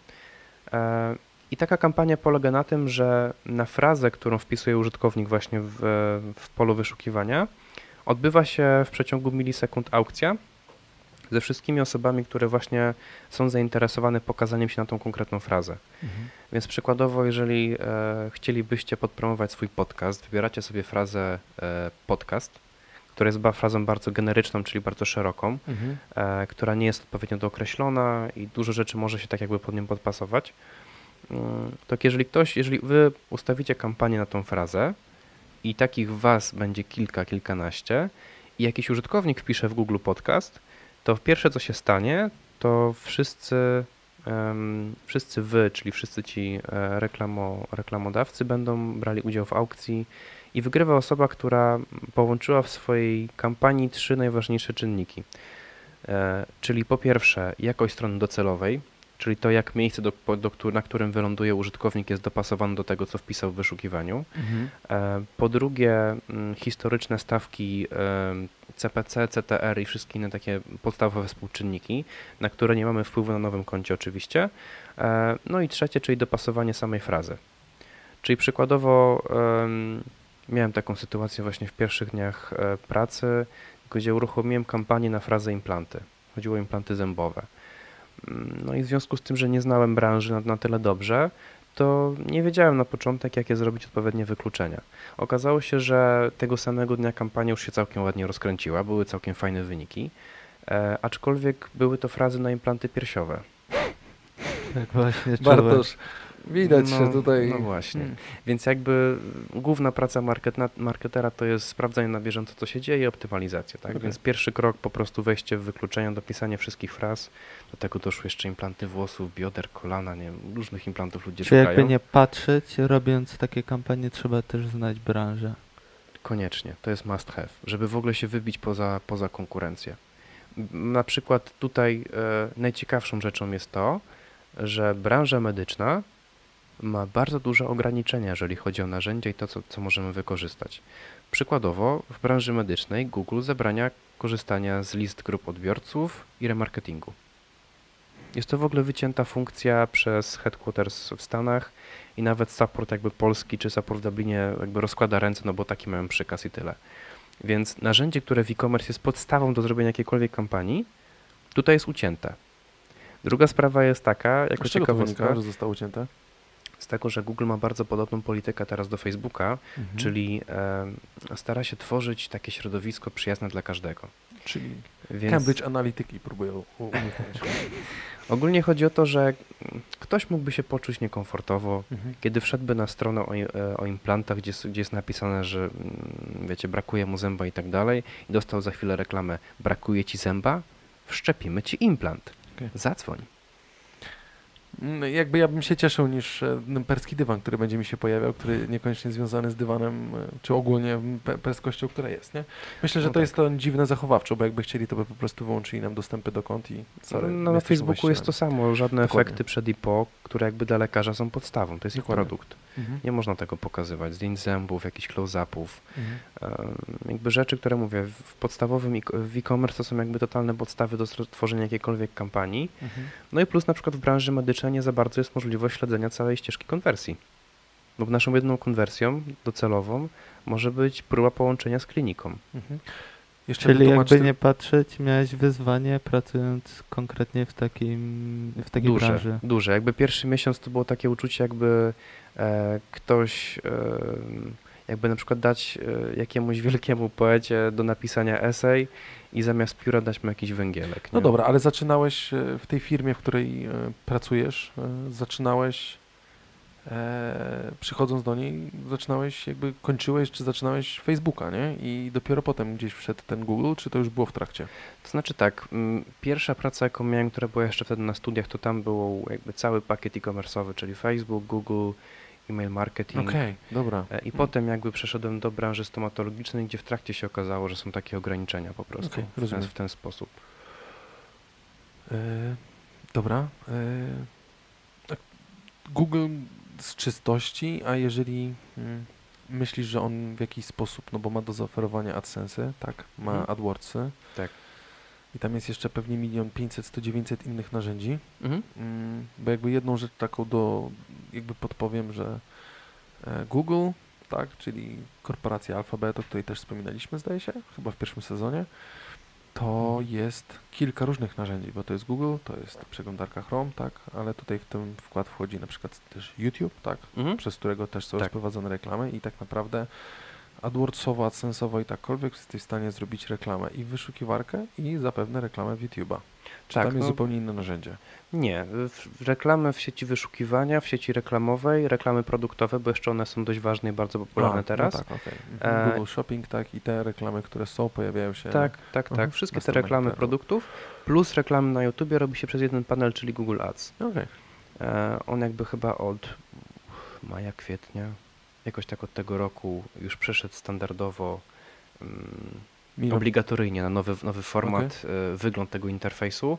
I taka kampania polega na tym, że na frazę, którą wpisuje użytkownik właśnie w polu wyszukiwania, odbywa się w przeciągu milisekund aukcja ze wszystkimi osobami, które właśnie są zainteresowane pokazaniem się na tą konkretną frazę. Więc przykładowo, jeżeli chcielibyście podpromować swój podcast, wybieracie sobie frazę podcast, która jest frazą bardzo generyczną, czyli bardzo szeroką, która nie jest odpowiednio dookreślona i dużo rzeczy może się tak jakby pod nią podpasować, to jeżeli wy ustawicie kampanię na tą frazę i takich was będzie kilkanaście i jakiś użytkownik wpisze w Google Podcast, to pierwsze co się stanie, to wszyscy wy, czyli wszyscy ci reklamodawcy będą brali udział w aukcji i wygrywa osoba, która połączyła w swojej kampanii 3 najważniejsze czynniki. Czyli po pierwsze jakość strony docelowej, czyli to jak miejsce, na którym wyląduje użytkownik jest dopasowane do tego, co wpisał w wyszukiwaniu. Po drugie historyczne stawki CPC, CTR i wszystkie inne takie podstawowe współczynniki, na które nie mamy wpływu na nowym koncie oczywiście. No i trzecie, czyli dopasowanie samej frazy. Czyli przykładowo miałem taką sytuację właśnie w pierwszych dniach pracy, gdzie uruchomiłem kampanię na frazę implanty. Chodziło o implanty zębowe. No i w związku z tym, że nie znałem branży na tyle dobrze, to nie wiedziałem na początek, jakie zrobić odpowiednie wykluczenia. Okazało się, że tego samego dnia kampania już się całkiem ładnie rozkręciła, były całkiem fajne wyniki, aczkolwiek były to frazy na implanty piersiowe. Tak właśnie Bartosz, widać się tutaj. No właśnie. Więc jakby główna praca marketera to jest sprawdzanie na bieżąco, co się dzieje i optymalizacja. Tak? Więc pierwszy krok po prostu wejście w wykluczenia, dopisanie wszystkich fraz. Do tego doszły jeszcze implanty włosów, bioder, kolana, nie wiem, różnych implantów ludzie szukają. Jakby nie patrzeć, robiąc takie kampanie, trzeba też znać branżę. Koniecznie, to jest must have, żeby w ogóle się wybić poza konkurencję. Na przykład tutaj najciekawszą rzeczą jest to, że branża medyczna ma bardzo duże ograniczenia, jeżeli chodzi o narzędzia i to, co możemy wykorzystać. Przykładowo w branży medycznej Google zabrania korzystania z list grup odbiorców i remarketingu. Jest to w ogóle wycięta funkcja przez headquarters w Stanach i nawet support jakby polski czy support w Dublinie jakby rozkłada ręce, no bo taki mają przykaz i tyle. Więc narzędzie, które w e-commerce jest podstawą do zrobienia jakiejkolwiek kampanii, tutaj jest ucięte. Druga sprawa jest taka, jako ciekawostka, że zostało ucięte? Z tego, że Google ma bardzo podobną politykę teraz do Facebooka, czyli stara się tworzyć takie środowisko przyjazne dla każdego. Czyli Cambridge Analytica próbują uniknąć. Ogólnie chodzi o to, że ktoś mógłby się poczuć niekomfortowo, kiedy wszedłby na stronę o implantach, gdzie jest napisane, że wiecie, brakuje mu zęba i tak dalej i dostał za chwilę reklamę, brakuje ci zęba, wszczepimy ci implant. Zadzwoń. Jakby ja bym się cieszył niż perski dywan, który będzie mi się pojawiał, który niekoniecznie związany z dywanem, czy ogólnie perskością, która jest, nie? Myślę, że to jest to dziwne zachowawczo, bo jakby chcieli, to by po prostu wyłączyli nam dostępy do kont i na Facebooku jest to samo, żadne efekty przed i po, które jakby dla lekarza są podstawą, to jest ich produkt. Nie można tego pokazywać, zdjęć zębów, jakichś close-upów, jakby rzeczy, które mówię, w podstawowym w e-commerce to są jakby totalne podstawy do tworzenia jakiejkolwiek kampanii. No i plus na przykład w branży medycznej nie za bardzo jest możliwość śledzenia całej ścieżki konwersji. Bo naszą jedną konwersją docelową może być próba połączenia z kliniką. Czyli jakby nie patrzeć, miałeś wyzwanie pracując konkretnie w takiej branży. Duże. Jakby pierwszy miesiąc to było takie uczucie, jakby ktoś jakby na przykład dać jakiemuś wielkiemu poecie do napisania esej i zamiast pióra dać mu jakiś węgielek. Nie? No dobra, ale zaczynałeś w tej firmie, w której pracujesz, przychodząc do niej, kończyłeś, czy zaczynałeś Facebooka, nie? I dopiero potem gdzieś wszedł ten Google, czy to już było w trakcie? To znaczy tak, pierwsza praca, jaką miałem, która była jeszcze wtedy na studiach, to tam był jakby cały pakiet e-commerce'owy, czyli Facebook, Google, e-mail marketing. Okej, dobra. I potem jakby przeszedłem do branży stomatologicznej, gdzie w trakcie się okazało, że są takie ograniczenia po prostu w ten sposób. Dobra. Google z czystości, a jeżeli myślisz, że on w jakiś sposób, no bo ma do zaoferowania AdSense'y, tak, ma AdWords'y, tak. I tam jest jeszcze pewnie 1 500 000, 100 900 innych narzędzi, bo jakby jedną rzecz taką jakby podpowiem, że Google, tak, czyli korporacja Alphabet, o której też wspominaliśmy, zdaje się, chyba w pierwszym sezonie, to jest kilka różnych narzędzi, bo to jest Google, to jest przeglądarka Chrome, tak, ale tutaj w ten wkład wchodzi na przykład też YouTube, tak, przez którego też są rozprowadzone reklamy i tak naprawdę AdWordsowo, AdSense'owo i takkolwiek jesteś w stanie zrobić reklamę i w wyszukiwarkę i zapewne reklamę w YouTube'a. Czy tam jest zupełnie inne narzędzie? Nie. Reklamy w sieci wyszukiwania, w sieci reklamowej, reklamy produktowe, bo jeszcze one są dość ważne i bardzo popularne teraz. No tak, Google Shopping, tak, i te reklamy, które są, pojawiają się. Tak. Wszystkie te reklamy produktów plus reklamy na YouTubie robi się przez jeden panel, czyli Google Ads. On jakby chyba od maja, kwietnia, jakoś tak od tego roku już przeszedł standardowo obligatoryjnie na nowy format, wygląd tego interfejsu.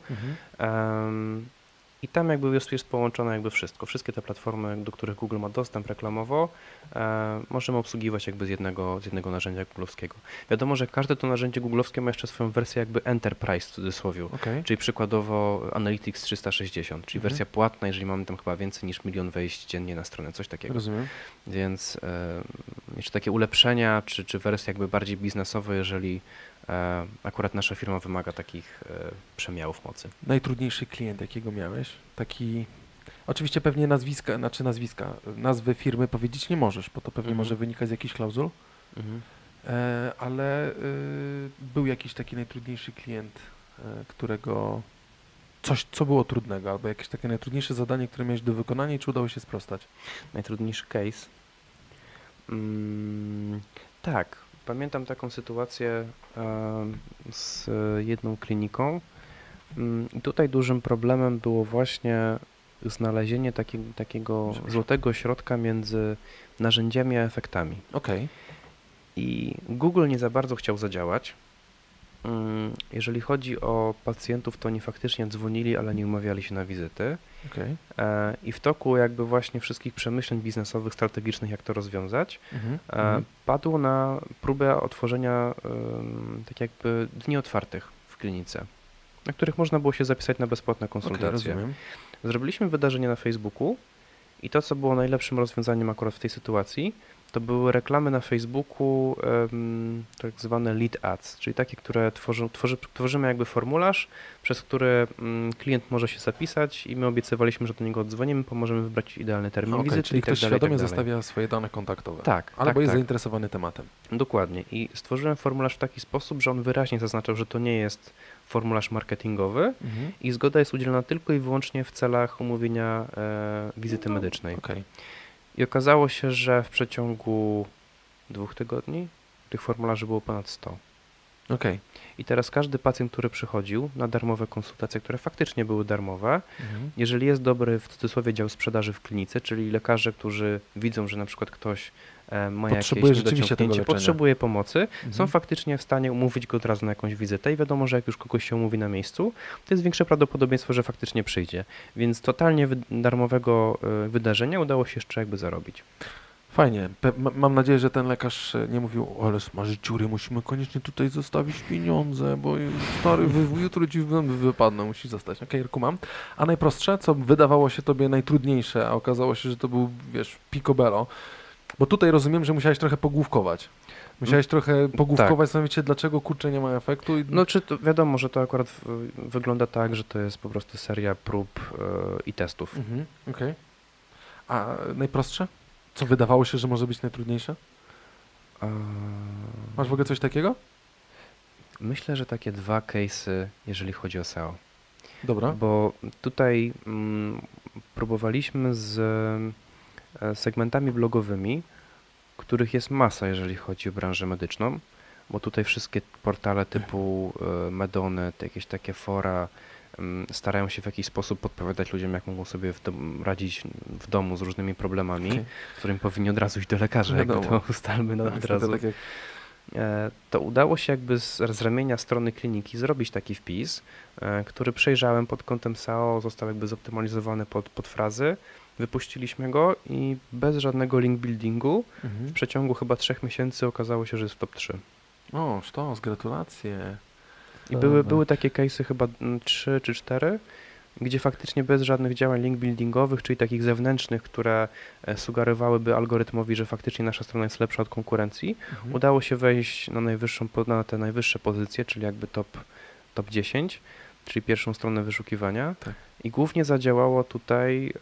I tam jakby jest połączone jakby wszystko. Wszystkie te platformy, do których Google ma dostęp reklamowo, możemy obsługiwać jakby z jednego narzędzia googlowskiego. Wiadomo, że każde to narzędzie googlowskie ma jeszcze swoją wersję jakby enterprise w cudzysłowie, czyli przykładowo Analytics 360, czyli wersja płatna, jeżeli mamy tam chyba więcej niż 1 000 000 wejść dziennie na stronę, coś takiego. Rozumiem. Więc jeszcze takie ulepszenia, czy wersje jakby bardziej biznesowe, jeżeli akurat nasza firma wymaga takich przemiałów mocy. Najtrudniejszy klient, jakiego miałeś? Taki, oczywiście pewnie nazwy firmy powiedzieć nie możesz, bo to pewnie może wynikać z jakichś klauzul, ale był jakiś taki najtrudniejszy klient, którego co było trudnego, albo jakieś takie najtrudniejsze zadanie, które miałeś do wykonania i czy udało się sprostać? Najtrudniejszy case? Tak. Pamiętam taką sytuację z jedną kliniką. I tutaj dużym problemem było właśnie znalezienie takiego złotego środka między narzędziami a efektami. I Google nie za bardzo chciał zadziałać. Jeżeli chodzi o pacjentów, to oni faktycznie dzwonili, ale nie umawiali się na wizyty. I w toku jakby właśnie wszystkich przemyśleń biznesowych, strategicznych, jak to rozwiązać, padło na próbę otworzenia tak jakby dni otwartych w klinice, na których można było się zapisać na bezpłatne konsultacje. Zrobiliśmy wydarzenie na Facebooku i to, co było najlepszym rozwiązaniem akurat w tej sytuacji, to były reklamy na Facebooku, tak zwane lead ads, czyli takie, które tworzymy jakby formularz, przez który klient może się zapisać i my obiecywaliśmy, że do niego odzwonimy, pomożemy wybrać idealny termin wizyty czyli i tak ktoś dalej. Świadomie zostawia swoje dane kontaktowe. Tak. Albo jest zainteresowany tematem. Dokładnie. I stworzyłem formularz w taki sposób, że on wyraźnie zaznaczał, że to nie jest formularz marketingowy i zgoda jest udzielona tylko i wyłącznie w celach umówienia wizyty medycznej. I okazało się, że w przeciągu 2 tygodni tych formularzy było ponad 100. Okej. I teraz każdy pacjent, który przychodził na darmowe konsultacje, które faktycznie były darmowe, jeżeli jest dobry, w cudzysłowie, dział sprzedaży w klinice, czyli lekarze, którzy widzą, że na przykład ktoś ma Potrzebuje jakieś rzeczywiście tego niedociągnięcie, leczenia. potrzebuje pomocy, są faktycznie w stanie umówić go od razu na jakąś wizytę i wiadomo, że jak już kogoś się umówi na miejscu, to jest większe prawdopodobieństwo, że faktycznie przyjdzie. Więc totalnie darmowego wydarzenia udało się jeszcze jakby zarobić. Fajnie. Mam nadzieję, że ten lekarz nie mówił, ale masz dziury, musimy koniecznie tutaj zostawić pieniądze, bo stary, jutro ci zęby wypadną, musisz zostać. Okej, kumam. A najprostsze, co wydawało się tobie najtrudniejsze, a okazało się, że to był, wiesz, picobello, bo tutaj rozumiem, że musiałeś trochę pogłówkować. Musiałeś trochę pogłówkować, zastanowić się, dlaczego kurczę nie ma efektu. No czy to wiadomo, że to akurat wygląda tak, że to jest po prostu seria prób i testów. Okej. A najprostsze? Co wydawało się, że może być najtrudniejsze? Masz w ogóle coś takiego? Myślę, że takie 2 case'y, jeżeli chodzi o SEO. Dobra. Bo tutaj próbowaliśmy z segmentami blogowymi, których jest masa, jeżeli chodzi o branżę medyczną, bo tutaj wszystkie portale typu Medonet, jakieś takie fora starają się w jakiś sposób podpowiadać ludziom, jak mogą sobie radzić w domu z różnymi problemami, z którymi powinni od razu iść do lekarza, jakby to ustalmy od razu. Tak jak... To udało się jakby z ramienia strony kliniki zrobić taki wpis, który przejrzałem pod kątem SEO, został jakby zoptymalizowany pod frazy. Wypuściliśmy go i bez żadnego link buildingu w przeciągu chyba 3 miesięcy okazało się, że jest w top 3. O, sztos, gratulacje. I były takie case'y chyba 3 czy 4, gdzie faktycznie bez żadnych działań link buildingowych, czyli takich zewnętrznych, które sugerowałyby algorytmowi, że faktycznie nasza strona jest lepsza od konkurencji, udało się wejść na te najwyższe pozycje, czyli jakby top 10, czyli pierwszą stronę wyszukiwania. Tak. I głównie zadziałało tutaj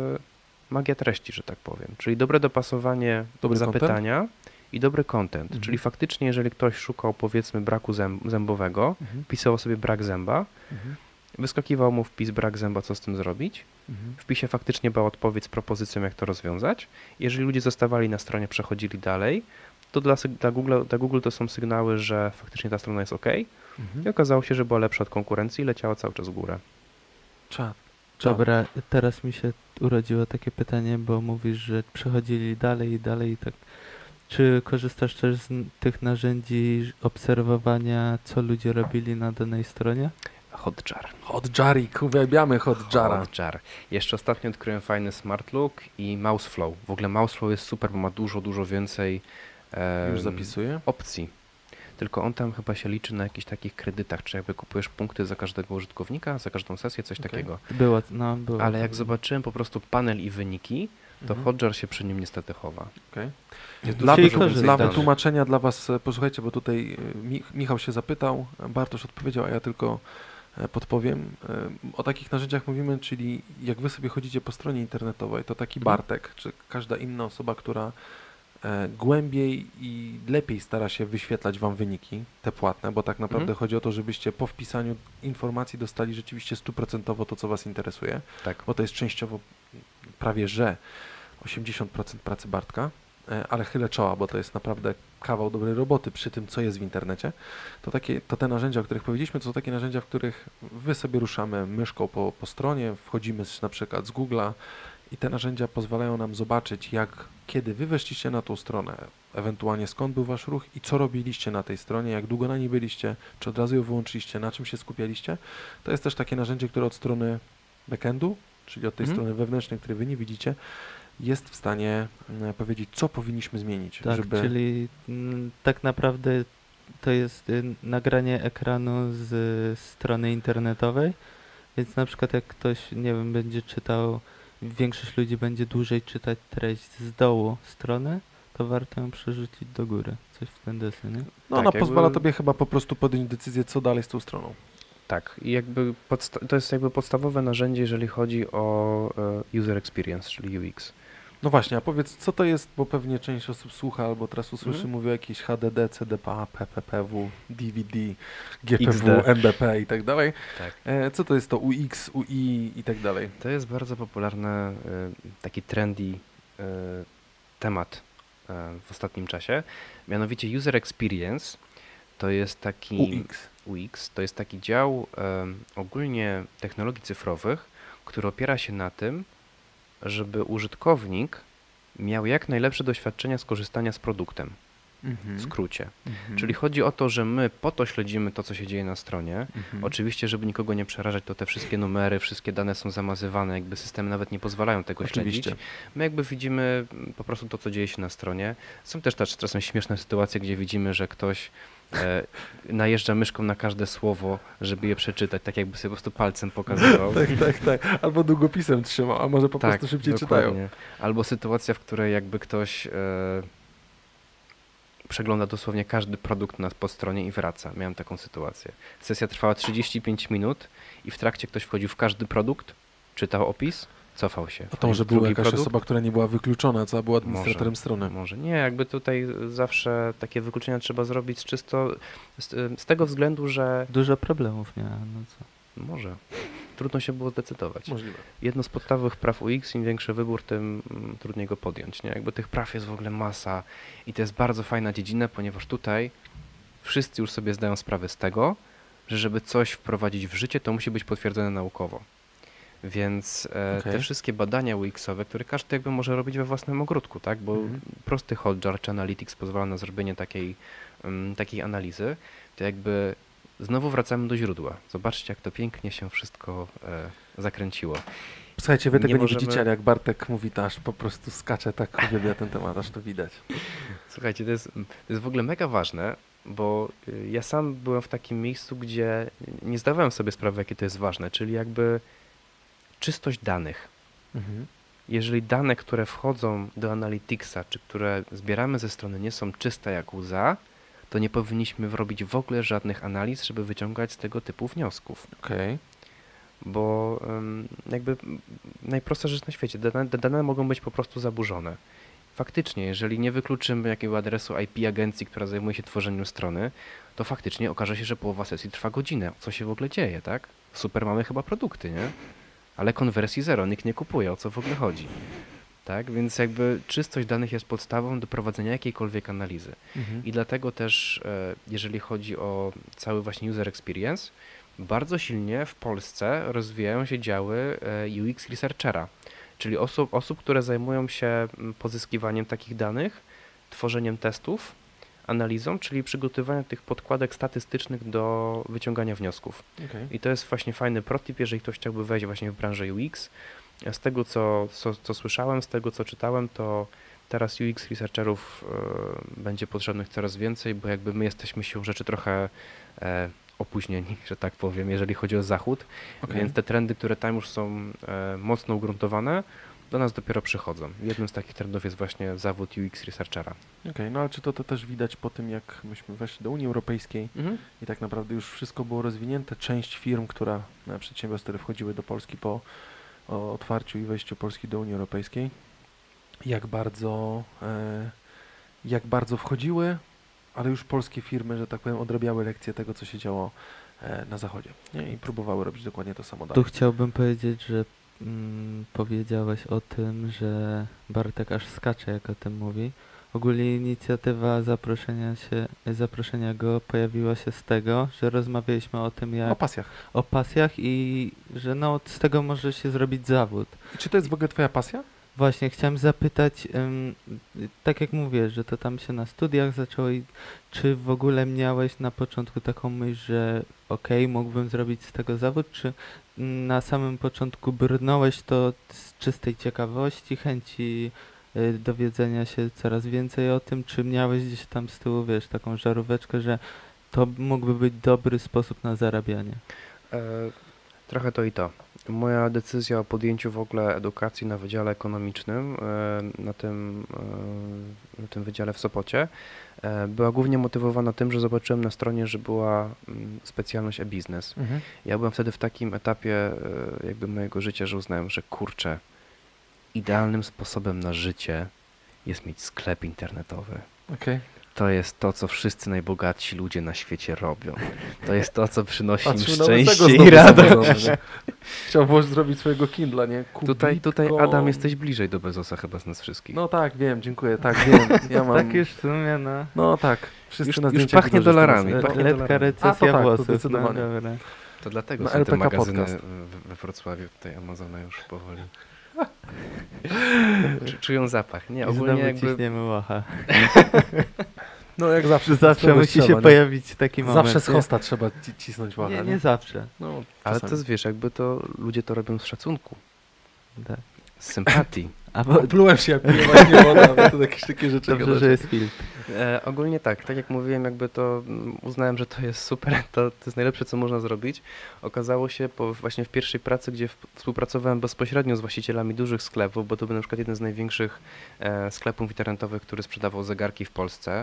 magia treści, że tak powiem, czyli dobre dopasowanie zapytania i dobry content, czyli faktycznie jeżeli ktoś szukał powiedzmy braku zębowego, pisał sobie brak zęba, wyskakiwał mu wpis brak zęba, co z tym zrobić. W wpisie faktycznie była odpowiedź z propozycją, jak to rozwiązać. Jeżeli ludzie zostawali na stronie, przechodzili dalej, to dla Google to są sygnały, że faktycznie ta strona jest OK. I okazało się, że była lepsza od konkurencji i leciała cały czas w górę. Czad. Dobra, teraz mi się urodziło takie pytanie, bo mówisz, że przechodzili dalej i dalej i tak. Czy korzystasz też z tych narzędzi obserwowania, co ludzie robili na danej stronie? Hotjar. Hotjarik, uwielbiamy Hotjara. Hotjar. Jeszcze ostatnio odkryłem fajny Smart Look i Mouseflow. W ogóle Mouseflow jest super, bo ma dużo więcej Już zapisuję. opcji. Tylko on tam chyba się liczy na jakichś takich kredytach, czy jakby kupujesz punkty za każdego użytkownika, za każdą sesję, coś takiego. Było. Ale jak zobaczyłem po prostu panel i wyniki, to Hotjar się przy nim niestety chowa. Okay. Dla wytłumaczenia dla Was, posłuchajcie, bo tutaj Michał się zapytał, Bartosz odpowiedział, a ja tylko podpowiem. O takich narzędziach mówimy, czyli jak Wy sobie chodzicie po stronie internetowej, to taki Bartek, czy każda inna osoba, która głębiej i lepiej stara się wyświetlać Wam wyniki, te płatne, bo tak naprawdę chodzi o to, żebyście po wpisaniu informacji dostali rzeczywiście 100% to, co Was interesuje, bo to jest częściowo prawie że 80% pracy Bartka, ale chylę czoła, bo to jest naprawdę kawał dobrej roboty przy tym, co jest w internecie. To te narzędzia, o których powiedzieliśmy, to są takie narzędzia, w których Wy sobie ruszamy myszką po stronie, wchodzimy na przykład z Google'a i te narzędzia pozwalają nam zobaczyć, kiedy Wy weszliście na tą stronę, ewentualnie skąd był Wasz ruch i co robiliście na tej stronie, jak długo na niej byliście, czy od razu ją wyłączyliście, na czym się skupialiście. To jest też takie narzędzie, które od strony backendu, czyli od tej strony wewnętrznej, której Wy nie widzicie, jest w stanie powiedzieć, co powinniśmy zmienić. Tak, czyli tak naprawdę to jest nagranie ekranu z strony internetowej, więc na przykład jak ktoś, nie wiem, będzie czytał, większość ludzi będzie dłużej czytać treść z dołu strony, to warto ją przerzucić do góry. Coś w ten deseń, nie? No ona pozwala Tobie chyba po prostu podjąć decyzję, co dalej z tą stroną. Tak, i jakby to jest jakby podstawowe narzędzie, jeżeli chodzi o user experience, czyli UX. No właśnie, a powiedz, co to jest, bo pewnie część osób słucha albo teraz usłyszy, mówi o jakieś HDD, CDPA, PPPW, DVD, GPW, XD. MBP i tak dalej. Tak. Co to jest to UX, UI i tak dalej? To jest bardzo popularny, taki trendy temat w ostatnim czasie, mianowicie user experience to jest taki UX. To jest taki dział ogólnie technologii cyfrowych, który opiera się na tym, żeby użytkownik miał jak najlepsze doświadczenia skorzystania z produktem. W skrócie. Czyli chodzi o to, że my po to śledzimy to, co się dzieje na stronie. Oczywiście, żeby nikogo nie przerażać, to te wszystkie numery, wszystkie dane są zamazywane, jakby systemy nawet nie pozwalają tego śledzić. My jakby widzimy po prostu to, co dzieje się na stronie. Są też czasem śmieszne sytuacje, gdzie widzimy, że ktoś najeżdża myszką na każde słowo, żeby je przeczytać, tak jakby sobie po prostu palcem pokazywał. Tak. Albo długopisem trzymał, a może po prostu szybciej dokładnie. czytają. Albo sytuacja, w której jakby ktoś przegląda dosłownie każdy produkt po stronie i wraca. Miałem taką sytuację. Sesja trwała 35 minut i w trakcie ktoś wchodził w każdy produkt, czytał opis, cofał się. A to może była jakaś osoba, która nie była wykluczona, co była administratorem strony? Może nie, jakby tutaj zawsze takie wykluczenia trzeba zrobić z tego względu, że... Dużo problemów miała, no co? Może. Trudno się było zdecydować. Możliwe. Jedno z podstawowych praw UX, im większy wybór, tym trudniej go podjąć. Nie? Jakby tych praw jest w ogóle masa i to jest bardzo fajna dziedzina, ponieważ tutaj wszyscy już sobie zdają sprawę z tego, że żeby coś wprowadzić w życie, to musi być potwierdzone naukowo. Więc te wszystkie badania UX-owe, które każdy jakby może robić we własnym ogródku, tak? Bo prosty Hotjar czy Analytics pozwala na zrobienie takiej analizy, to jakby znowu wracamy do źródła. Zobaczcie, jak to pięknie się wszystko zakręciło. Słuchajcie, wy tego nie widzicie, ale jak Bartek mówi, to aż po prostu skacze, tak uwielbia ten temat, aż to widać. Słuchajcie, to jest w ogóle mega ważne, bo ja sam byłem w takim miejscu, gdzie nie zdawałem sobie sprawy, jakie to jest ważne, czyli jakby czystość danych. Jeżeli dane, które wchodzą do Analyticsa, czy które zbieramy ze strony, nie są czyste jak łza, to nie powinniśmy robić w ogóle żadnych analiz, żeby wyciągać z tego typu wniosków. Bo jakby najprostsza rzecz na świecie, dane mogą być po prostu zaburzone. Faktycznie, jeżeli nie wykluczymy jakiego adresu IP agencji, która zajmuje się tworzeniem strony, to faktycznie okaże się, że połowa sesji trwa godzinę. Co się w ogóle dzieje, tak? Super, mamy chyba produkty, nie? Ale konwersji zero, nikt nie kupuje, o co w ogóle chodzi. Tak, więc jakby czystość danych jest podstawą do prowadzenia jakiejkolwiek analizy. I dlatego też, jeżeli chodzi o cały właśnie user experience, bardzo silnie w Polsce rozwijają się działy UX researchera, czyli osób, które zajmują się pozyskiwaniem takich danych, tworzeniem testów, analizą, czyli przygotowaniem tych podkładek statystycznych do wyciągania wniosków. I to jest właśnie fajny protip, jeżeli ktoś chciałby wejść właśnie w branżę UX. Z tego, co słyszałem, z tego, co czytałem, to teraz UX researcherów będzie potrzebnych coraz więcej, bo jakby my jesteśmy siłą rzeczy trochę opóźnieni, że tak powiem, jeżeli chodzi o Zachód, więc te trendy, które tam już są mocno ugruntowane, do nas dopiero przychodzą. Jednym z takich trendów jest właśnie zawód UX researchera. No ale czy to też widać po tym, jak myśmy weszli do Unii Europejskiej i tak naprawdę już wszystko było rozwinięte. Część firm, przedsiębiorstw, które wchodziły do Polski po otwarciu i wejściu Polski do Unii Europejskiej, jak bardzo wchodziły, ale już polskie firmy, że tak powiem, odrabiały lekcje tego, co się działo na Zachodzie, nie? I próbowały robić dokładnie to samo dalej. Tu chciałbym powiedzieć, że powiedziałeś o tym, że Bartek aż skacze, jak o tym mówi. Ogólnie inicjatywa zaproszenia go pojawiła się z tego, że rozmawialiśmy o tym, jak... O pasjach i że z tego może się zrobić zawód. I czy to jest w ogóle twoja pasja? Właśnie, chciałem zapytać, tak jak mówię, że to tam się na studiach zaczęło i czy w ogóle miałeś na początku taką myśl, że mógłbym zrobić z tego zawód, czy na samym początku brnąłeś to z czystej ciekawości, chęci dowiedzenia się coraz więcej o tym, czy miałeś gdzieś tam z tyłu, taką żaróweczkę, że to mógłby być dobry sposób na zarabianie? Trochę to i to. Moja decyzja o podjęciu w ogóle edukacji na Wydziale Ekonomicznym, na tym wydziale w Sopocie, była głównie motywowana tym, że zobaczyłem na stronie, że była specjalność e-biznes. Ja byłem wtedy w takim etapie jakby mojego życia, że uznałem, że kurczę, idealnym sposobem na życie jest mieć sklep internetowy. To jest to, co wszyscy najbogatsi ludzie na świecie robią. To jest to, co przynosi im szczęście i radość. Chciał zrobić swojego Kindla, nie? Tutaj Adam, jesteś bliżej do Bezosa chyba z nas wszystkich. No tak, wiem, dziękuję, tak, wiem. Ja mam... Tak już w sumie, no. No tak, wszyscy na już zdjęciach pachnie dolarami. Lekka recesja włosów. zdecydowanie. No, to dlatego na są LPK te magazyny podcast. we Wrocławiu, tutaj Amazona już powoli. Czują zapach. Nie, ogólnie jakby... ciśniemy łacha. No jak zawsze. Zawsze musi się pojawić taki moment. Zawsze z hosta trzeba cisnąć łacha. Nie zawsze. No, ale to jest, wiesz, jakby to ludzie to robią z szacunku. Tak. Z sympatii. Plułem się jak piję właśnie woda, ale to jakieś takie rzeczy. Dobrze, że jest film. Ogólnie tak jak mówiłem, jakby to uznałem, że to jest super, to jest najlepsze, co można zrobić. Okazało się właśnie w pierwszej pracy, gdzie współpracowałem bezpośrednio z właścicielami dużych sklepów, bo to był na przykład jeden z największych sklepów internetowych, który sprzedawał zegarki w Polsce,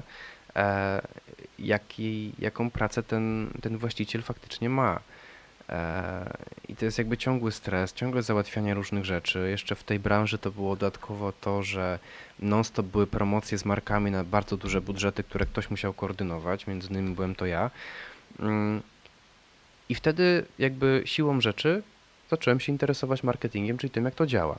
jaką pracę ten właściciel faktycznie ma. I to jest jakby ciągły stres, ciągłe załatwianie różnych rzeczy. Jeszcze w tej branży to było dodatkowo to, że non-stop były promocje z markami na bardzo duże budżety, które ktoś musiał koordynować, między innymi byłem to ja. I wtedy jakby siłą rzeczy zacząłem się interesować marketingiem, czyli tym, jak to działa.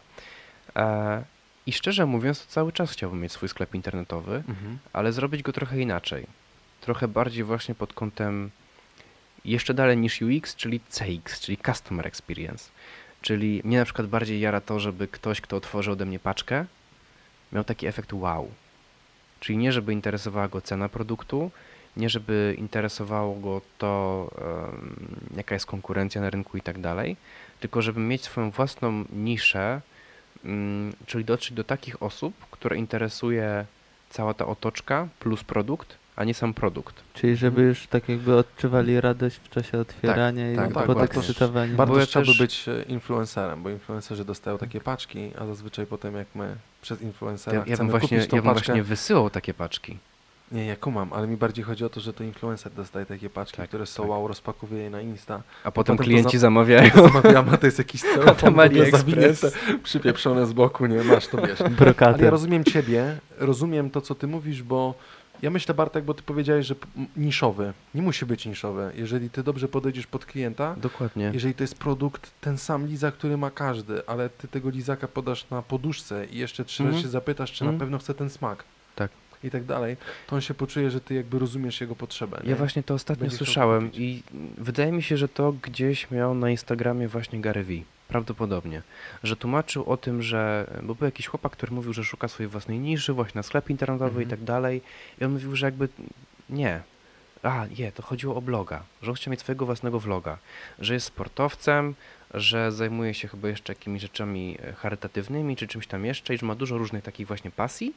I szczerze mówiąc, to cały czas chciałbym mieć swój sklep internetowy, ale zrobić go trochę inaczej. Trochę bardziej właśnie pod kątem jeszcze dalej niż UX, czyli CX, czyli Customer Experience. Czyli mnie na przykład bardziej jara to, żeby ktoś, kto otworzy ode mnie paczkę, miał taki efekt wow. Czyli nie, żeby interesowała go cena produktu, nie, żeby interesowało go to, jaka jest konkurencja na rynku i tak dalej, tylko żeby mieć swoją własną niszę, czyli dotrzeć do takich osób, które interesuje cała ta otoczka plus produkt, a nie sam produkt. Czyli żeby już tak jakby odczuwali radość w czasie otwierania i podekscytowania. Bardzo chciałby być influencerem, bo influencerzy dostają takie paczki, a zazwyczaj potem jak my przez influencera chcemy kupić tą paczkę. Ja bym właśnie wysyłał takie paczki. Nie, ja kumam, ale mi bardziej chodzi o to, że to influencer dostaje takie paczki, które są wow, rozpakowuje je na Insta. A potem klienci zamawiają. Zamawiamy, a to jest jakiś celofan zawinięte, przypieprzone z boku, nie, masz to, wiesz. Ale ja rozumiem ciebie, rozumiem to, co ty mówisz, bo ja myślę, Bartek, bo ty powiedziałeś, że niszowy. Nie musi być niszowy. Jeżeli ty dobrze podejdziesz pod klienta, dokładnie. Jeżeli to jest produkt, ten sam lizak, który ma każdy, ale ty tego lizaka podasz na poduszce i jeszcze 3 razy się zapytasz, czy na pewno chce ten smak. Tak. I tak dalej, to on się poczuje, że ty jakby rozumiesz jego potrzebę. Nie? Ja właśnie to ostatnio słyszałem i wydaje mi się, że to gdzieś miał na Instagramie właśnie Gary Vee. Prawdopodobnie, że tłumaczył o tym, że, bo był jakiś chłopak, który mówił, że szuka swojej własnej niszy, właśnie na sklep internetowy i tak dalej i on mówił, że jakby nie, to chodziło o bloga, że on chciał mieć swojego własnego vloga, że jest sportowcem, że zajmuje się chyba jeszcze jakimiś rzeczami charytatywnymi czy czymś tam jeszcze i że ma dużo różnych takich właśnie pasji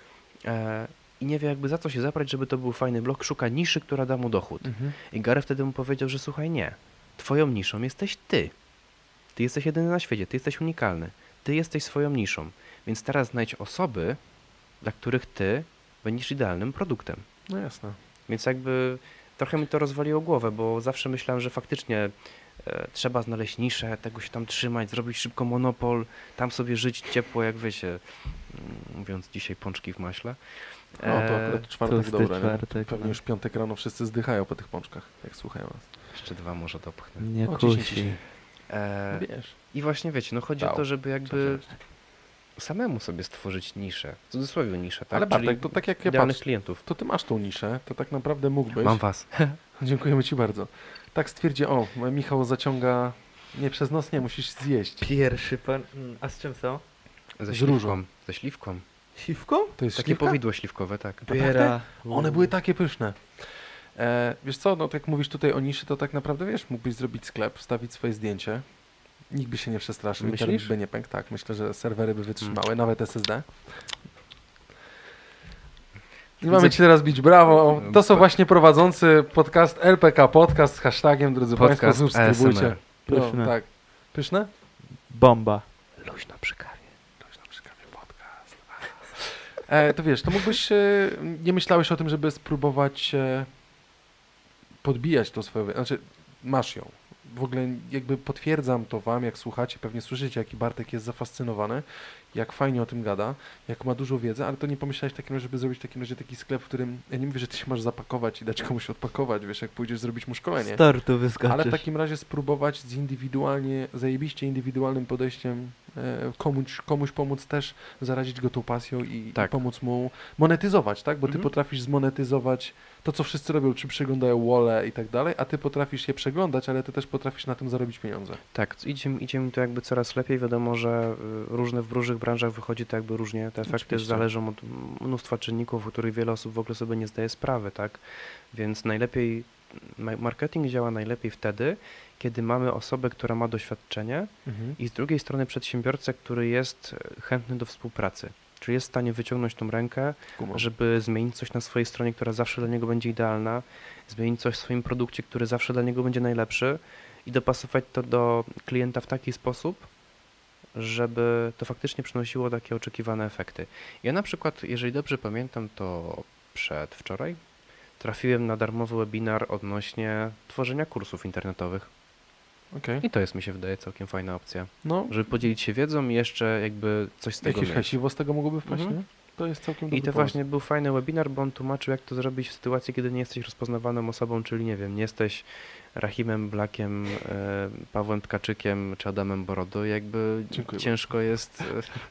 i nie wie jakby za co się zabrać, żeby to był fajny blog, szuka niszy, która da mu dochód. I Gary wtedy mu powiedział, że słuchaj, nie, twoją niszą jesteś ty. Ty jesteś jedyny na świecie, ty jesteś unikalny, ty jesteś swoją niszą, więc teraz znajdź osoby, dla których ty będziesz idealnym produktem. No jasne. Więc jakby trochę mi to rozwaliło głowę, bo zawsze myślałem, że faktycznie trzeba znaleźć niszę, tego się tam trzymać, zrobić szybko monopol, tam sobie żyć ciepło, jak wiecie, mówiąc dzisiaj pączki w maśle. No to akurat czwartek dobra, pewnie już piątek rano wszyscy zdychają po tych pączkach, jak słuchają nas. Jeszcze 2 może dopchnę. Nie kusi. Wiesz. I właśnie wiecie, no chodzi o to, żeby jakby samemu sobie stworzyć niszę, w cudzysłowie niszę, tak? Ale Bartek, to tak jak ja patrzę, klientów. To ty masz tą niszę, to tak naprawdę mógłbyś. Mam was. Dziękujemy ci bardzo. Tak stwierdzi, Michał zaciąga, nie przez nos, nie, musisz zjeść. Pierwszy pan, a z czym są? Ze śliwką. Ze śliwką. Śliwką? To jest takie śliwka? Powidło śliwkowe, tak. Biera. One były takie pyszne. Wiesz co, no tak jak mówisz tutaj o niszy, to tak naprawdę wiesz, mógłbyś zrobić sklep, wstawić swoje zdjęcie. Nikt by się nie przestraszył, internet by nie pękł. Tak, myślę, że serwery by wytrzymały, nawet SSD. Nie mamy ci teraz bić brawo. To są właśnie prowadzący podcast LPK Podcast z hashtagiem, drodzy Państwo, subskrybujcie. Pyszne. Tak. Pyszne? Bomba. Luźno przy kawie. Luźno przy kawie podcast. To wiesz, to mógłbyś, nie myślałeś o tym, żeby spróbować podbijać to swoje, znaczy masz ją. w ogóle jakby potwierdzam to wam, jak słuchacie, pewnie słyszycie, jaki Bartek jest zafascynowany, jak fajnie o tym gada, jak ma dużo wiedzy, ale to nie pomyślałeś w takim razie, żeby zrobić w takim razie taki sklep, w którym, ja nie mówię, że ty się masz zapakować i dać komuś odpakować, wiesz, jak pójdziesz zrobić mu szkolenie. Z tortu wyskoczysz. Ale w takim razie spróbować z zajebiście indywidualnym podejściem komuś pomóc też, zarazić go tą pasją i pomóc mu monetyzować, tak? Bo ty potrafisz zmonetyzować to, co wszyscy robią, czy przeglądają wall i tak dalej, a ty potrafisz je przeglądać, ale ty też potrafisz na tym zarobić pieniądze. Tak, idzie mi to jakby coraz lepiej. Wiadomo, że w różnych branżach wychodzi to jakby różnie. Te efekty zależą od mnóstwa czynników, o których wiele osób w ogóle sobie nie zdaje sprawy, tak? Więc marketing działa najlepiej wtedy, kiedy mamy osobę, która ma doświadczenie i z drugiej strony przedsiębiorcę, który jest chętny do współpracy. Czyli jest w stanie wyciągnąć tą rękę, żeby zmienić coś na swojej stronie, która zawsze dla niego będzie idealna, zmienić coś w swoim produkcie, który zawsze dla niego będzie najlepszy i dopasować to do klienta w taki sposób, żeby to faktycznie przynosiło takie oczekiwane efekty. Ja na przykład, jeżeli dobrze pamiętam, to przedwczoraj trafiłem na darmowy webinar odnośnie tworzenia kursów internetowych. Okay. I to jest, mi się wydaje, całkiem fajna opcja. No. Żeby podzielić się wiedzą i jeszcze jakby coś z tego mieć. Jakieś hasiwo z tego mogłoby wpaść, nie? To jest całkiem dobry I to właśnie był fajny webinar, bo on tłumaczył, jak to zrobić w sytuacji, kiedy nie jesteś rozpoznawaną osobą, czyli nie wiem, nie jesteś Rahimem Blackiem, Pawłem Tkaczykiem czy Adamem Borodo. Jakby ciężko jest...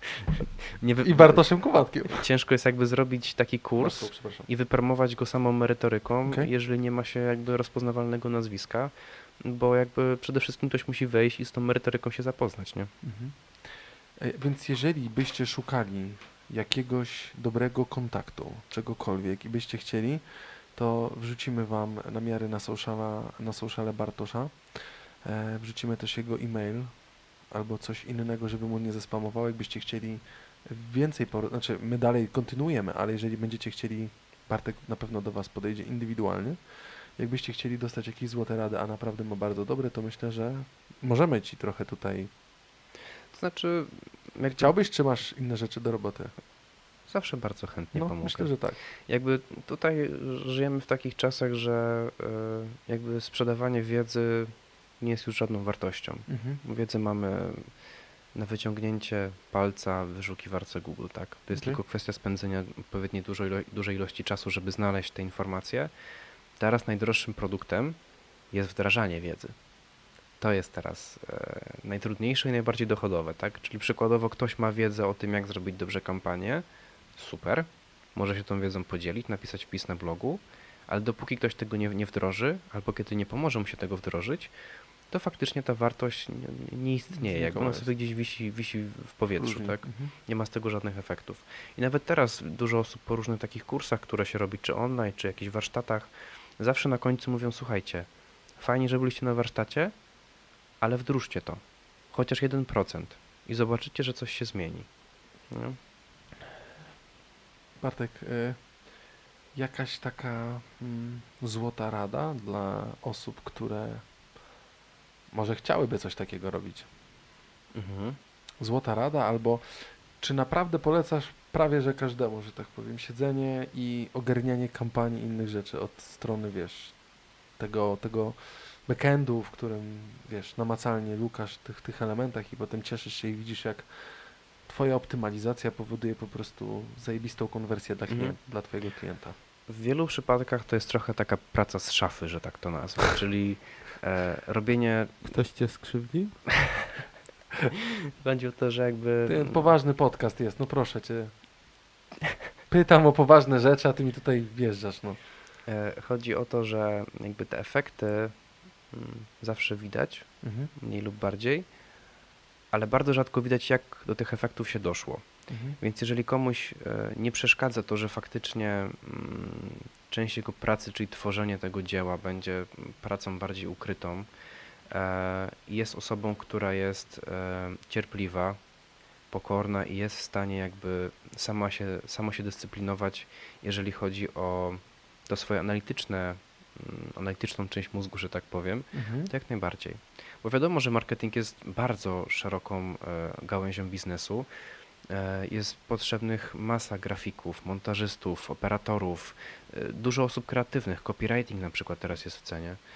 I Bartoszem Kubatkiem. Ciężko jest jakby zrobić taki kurs i wypromować go samą merytoryką, jeżeli nie ma się jakby rozpoznawalnego nazwiska. Bo jakby przede wszystkim ktoś musi wejść i z tą merytoryką się zapoznać, nie? Więc jeżeli byście szukali jakiegoś dobrego kontaktu, czegokolwiek i byście chcieli, to wrzucimy wam namiary na sociale Bartosza, wrzucimy też jego e-mail albo coś innego, żeby mu nie zespamował, jakbyście chcieli więcej, znaczy my dalej kontynuujemy, ale jeżeli będziecie chcieli, Bartek na pewno do was podejdzie indywidualnie. Jakbyście chcieli dostać jakieś złote rady, a naprawdę ma bardzo dobre, to myślę, że możemy ci trochę tutaj... To znaczy... Chciałbyś, czy masz inne rzeczy do roboty? Zawsze bardzo chętnie pomogę. Myślę, że tak. Jakby tutaj żyjemy w takich czasach, że jakby sprzedawanie wiedzy nie jest już żadną wartością. Wiedzę mamy na wyciągnięcie palca w wyszukiwarce Google, tak? To jest tylko kwestia spędzenia odpowiednio dużej ilości czasu, żeby znaleźć te informacje. Teraz najdroższym produktem jest wdrażanie wiedzy. To jest teraz najtrudniejsze i najbardziej dochodowe, tak? Czyli przykładowo ktoś ma wiedzę o tym, jak zrobić dobrze kampanię, super, może się tą wiedzą podzielić, napisać wpis na blogu, ale dopóki ktoś tego nie wdroży, albo kiedy nie pomoże mu się tego wdrożyć, to faktycznie ta wartość nie istnieje, jakby ona sobie gdzieś wisi w powietrzu, tak? Nie ma z tego żadnych efektów. I nawet teraz dużo osób po różnych takich kursach, które się robi, czy online, czy jakichś warsztatach, zawsze na końcu mówią, słuchajcie, fajnie, że byliście na warsztacie, ale wdróżcie to, chociaż 1% i zobaczycie, że coś się zmieni. No. Bartek, jakaś taka złota rada dla osób, które może chciałyby coś takiego robić? Złota rada, albo czy naprawdę polecasz prawie, że każdemu, że tak powiem, siedzenie i ogarnianie kampanii innych rzeczy od strony, wiesz, tego backendu, w którym, wiesz, namacalnie lukasz tych elementach i potem cieszysz się i widzisz, jak twoja optymalizacja powoduje po prostu zajebistą konwersję dla twojego klienta. W wielu przypadkach to jest trochę taka praca z szafy, że tak to nazwę, czyli robienie... Ktoś cię skrzywdzi? Chodzi o to, że jakby... Poważny podcast jest, no proszę cię. Pytam o poważne rzeczy, a ty mi tutaj wjeżdżasz, no. Chodzi o to, że jakby te efekty zawsze widać, mniej lub bardziej, ale bardzo rzadko widać, jak do tych efektów się doszło. Więc jeżeli komuś nie przeszkadza to, że faktycznie część jego pracy, czyli tworzenie tego dzieła, będzie pracą bardziej ukrytą, jest osobą, która jest cierpliwa, pokorna i jest w stanie jakby samo się dyscyplinować, jeżeli chodzi o to swoje analityczną część mózgu, że tak powiem, to jak najbardziej. Bo wiadomo, że marketing jest bardzo szeroką gałęzią biznesu. Jest potrzebnych masa grafików, montażystów, operatorów, dużo osób kreatywnych, copywriting na przykład teraz jest w cenie.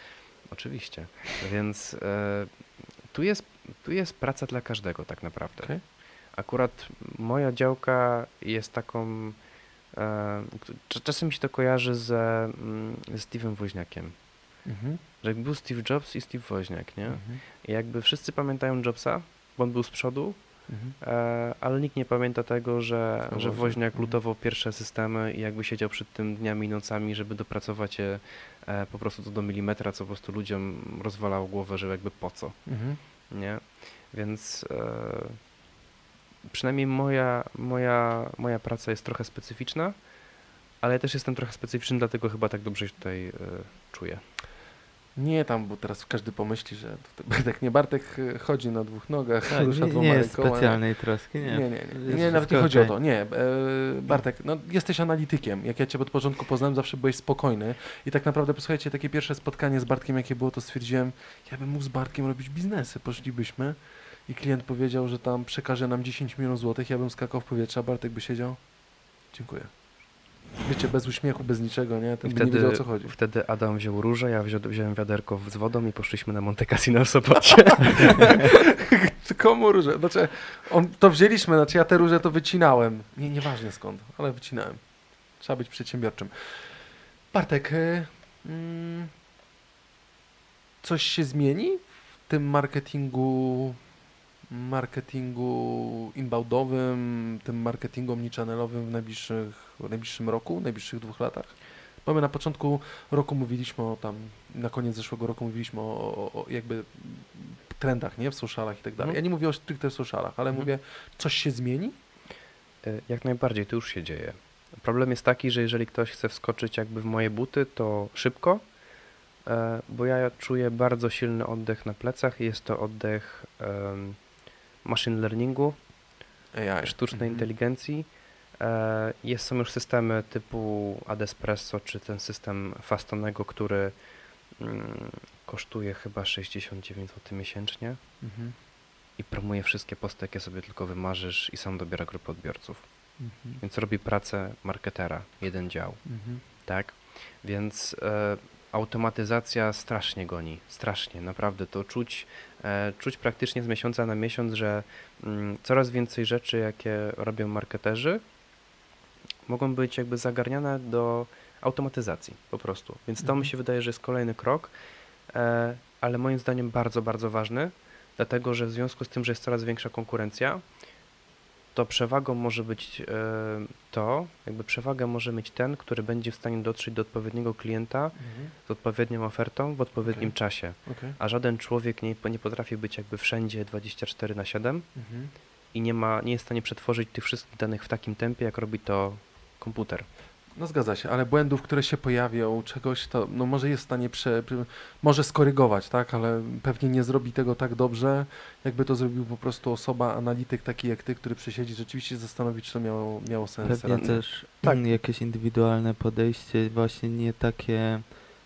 Oczywiście. Więc tu jest praca dla każdego tak naprawdę. Okay. Akurat moja działka jest taką, czasem mi się to kojarzy ze Steve'em Woźniakiem. Że jakby był Steve Jobs i Steve Woźniak, nie? I jakby wszyscy pamiętają Jobsa, bo on był z przodu, ale nikt nie pamięta tego, że Woźniak lutował pierwsze systemy i jakby siedział przed tym dniami i nocami, żeby dopracować je po prostu to do milimetra, co po prostu ludziom rozwalało głowę, że jakby po co, nie? Więc przynajmniej moja praca jest trochę specyficzna, ale ja też jestem trochę specyficzny, dlatego chyba tak dobrze się tutaj czuję. Nie tam, bo teraz każdy pomyśli, że Bartek chodzi na dwóch nogach, tak, rusza dwoma nie rękoma. Nie specjalnej troski, nie, nawet nie chodzi o to. Nie, Bartek, no jesteś analitykiem. Jak ja cię od początku poznałem, zawsze byłeś spokojny i tak naprawdę, posłuchajcie, takie pierwsze spotkanie z Bartkiem, jakie było, to stwierdziłem, ja bym mógł z Bartkiem robić biznesy, poszlibyśmy i klient powiedział, że tam przekaże nam 10 milionów złotych, ja bym skakał w powietrze, a Bartek by siedział. Dziękuję. Wiecie, bez uśmiechu, bez niczego, nie? Ten by nie wiedział, o co chodzi. Wtedy Adam wziął różę, ja wziąłem wiaderko z wodą i poszliśmy na Monte Cassino w Sopocie. Komu różę? Znaczy, to wzięliśmy, znaczy ja te róże to wycinałem. Nieważne skąd, ale wycinałem. Trzeba być przedsiębiorczym. Bartek, coś się zmieni w tym marketingu inboundowym, tym marketingu omnichannelowym w najbliższym roku, w najbliższych 2 latach? Bo my na początku roku mówiliśmy na koniec zeszłego roku mówiliśmy o jakby trendach, nie? W socialach i tak dalej. Ja nie mówię o stricte socialach, ale mówię, coś się zmieni? Jak najbardziej, to już się dzieje. Problem jest taki, że jeżeli ktoś chce wskoczyć jakby w moje buty, to szybko, bo ja czuję bardzo silny oddech na plecach i jest to oddech machine learningu, AI. Sztucznej inteligencji. Są już systemy typu Adespresso, czy ten system Fastonego, który kosztuje chyba 69 zł miesięcznie i promuje wszystkie posty, jakie sobie tylko wymarzysz i sam dobiera grupę odbiorców. Więc robi pracę marketera, jeden dział. Tak? Więc automatyzacja strasznie goni, strasznie, naprawdę to czuć praktycznie z miesiąca na miesiąc, że coraz więcej rzeczy, jakie robią marketerzy, mogą być jakby zagarniane do automatyzacji po prostu. Więc to mi się wydaje, że jest kolejny krok, ale moim zdaniem bardzo, bardzo ważny, dlatego że w związku z tym, że jest coraz większa konkurencja, to przewagą może być przewagę może mieć ten, który będzie w stanie dotrzeć do odpowiedniego klienta z odpowiednią ofertą w odpowiednim czasie. A żaden człowiek nie potrafi być jakby wszędzie 24/7 i nie jest w stanie przetworzyć tych wszystkich danych w takim tempie, jak robi to komputer. No zgadza się, ale błędów, które się pojawią, czegoś to może jest w stanie może skorygować, tak, ale pewnie nie zrobi tego tak dobrze, jakby to zrobił po prostu osoba, analityk taki jak ty, który przysiedzi, rzeczywiście zastanowić, czy to miało sens. Pewnie też jakieś indywidualne podejście, właśnie nie takie...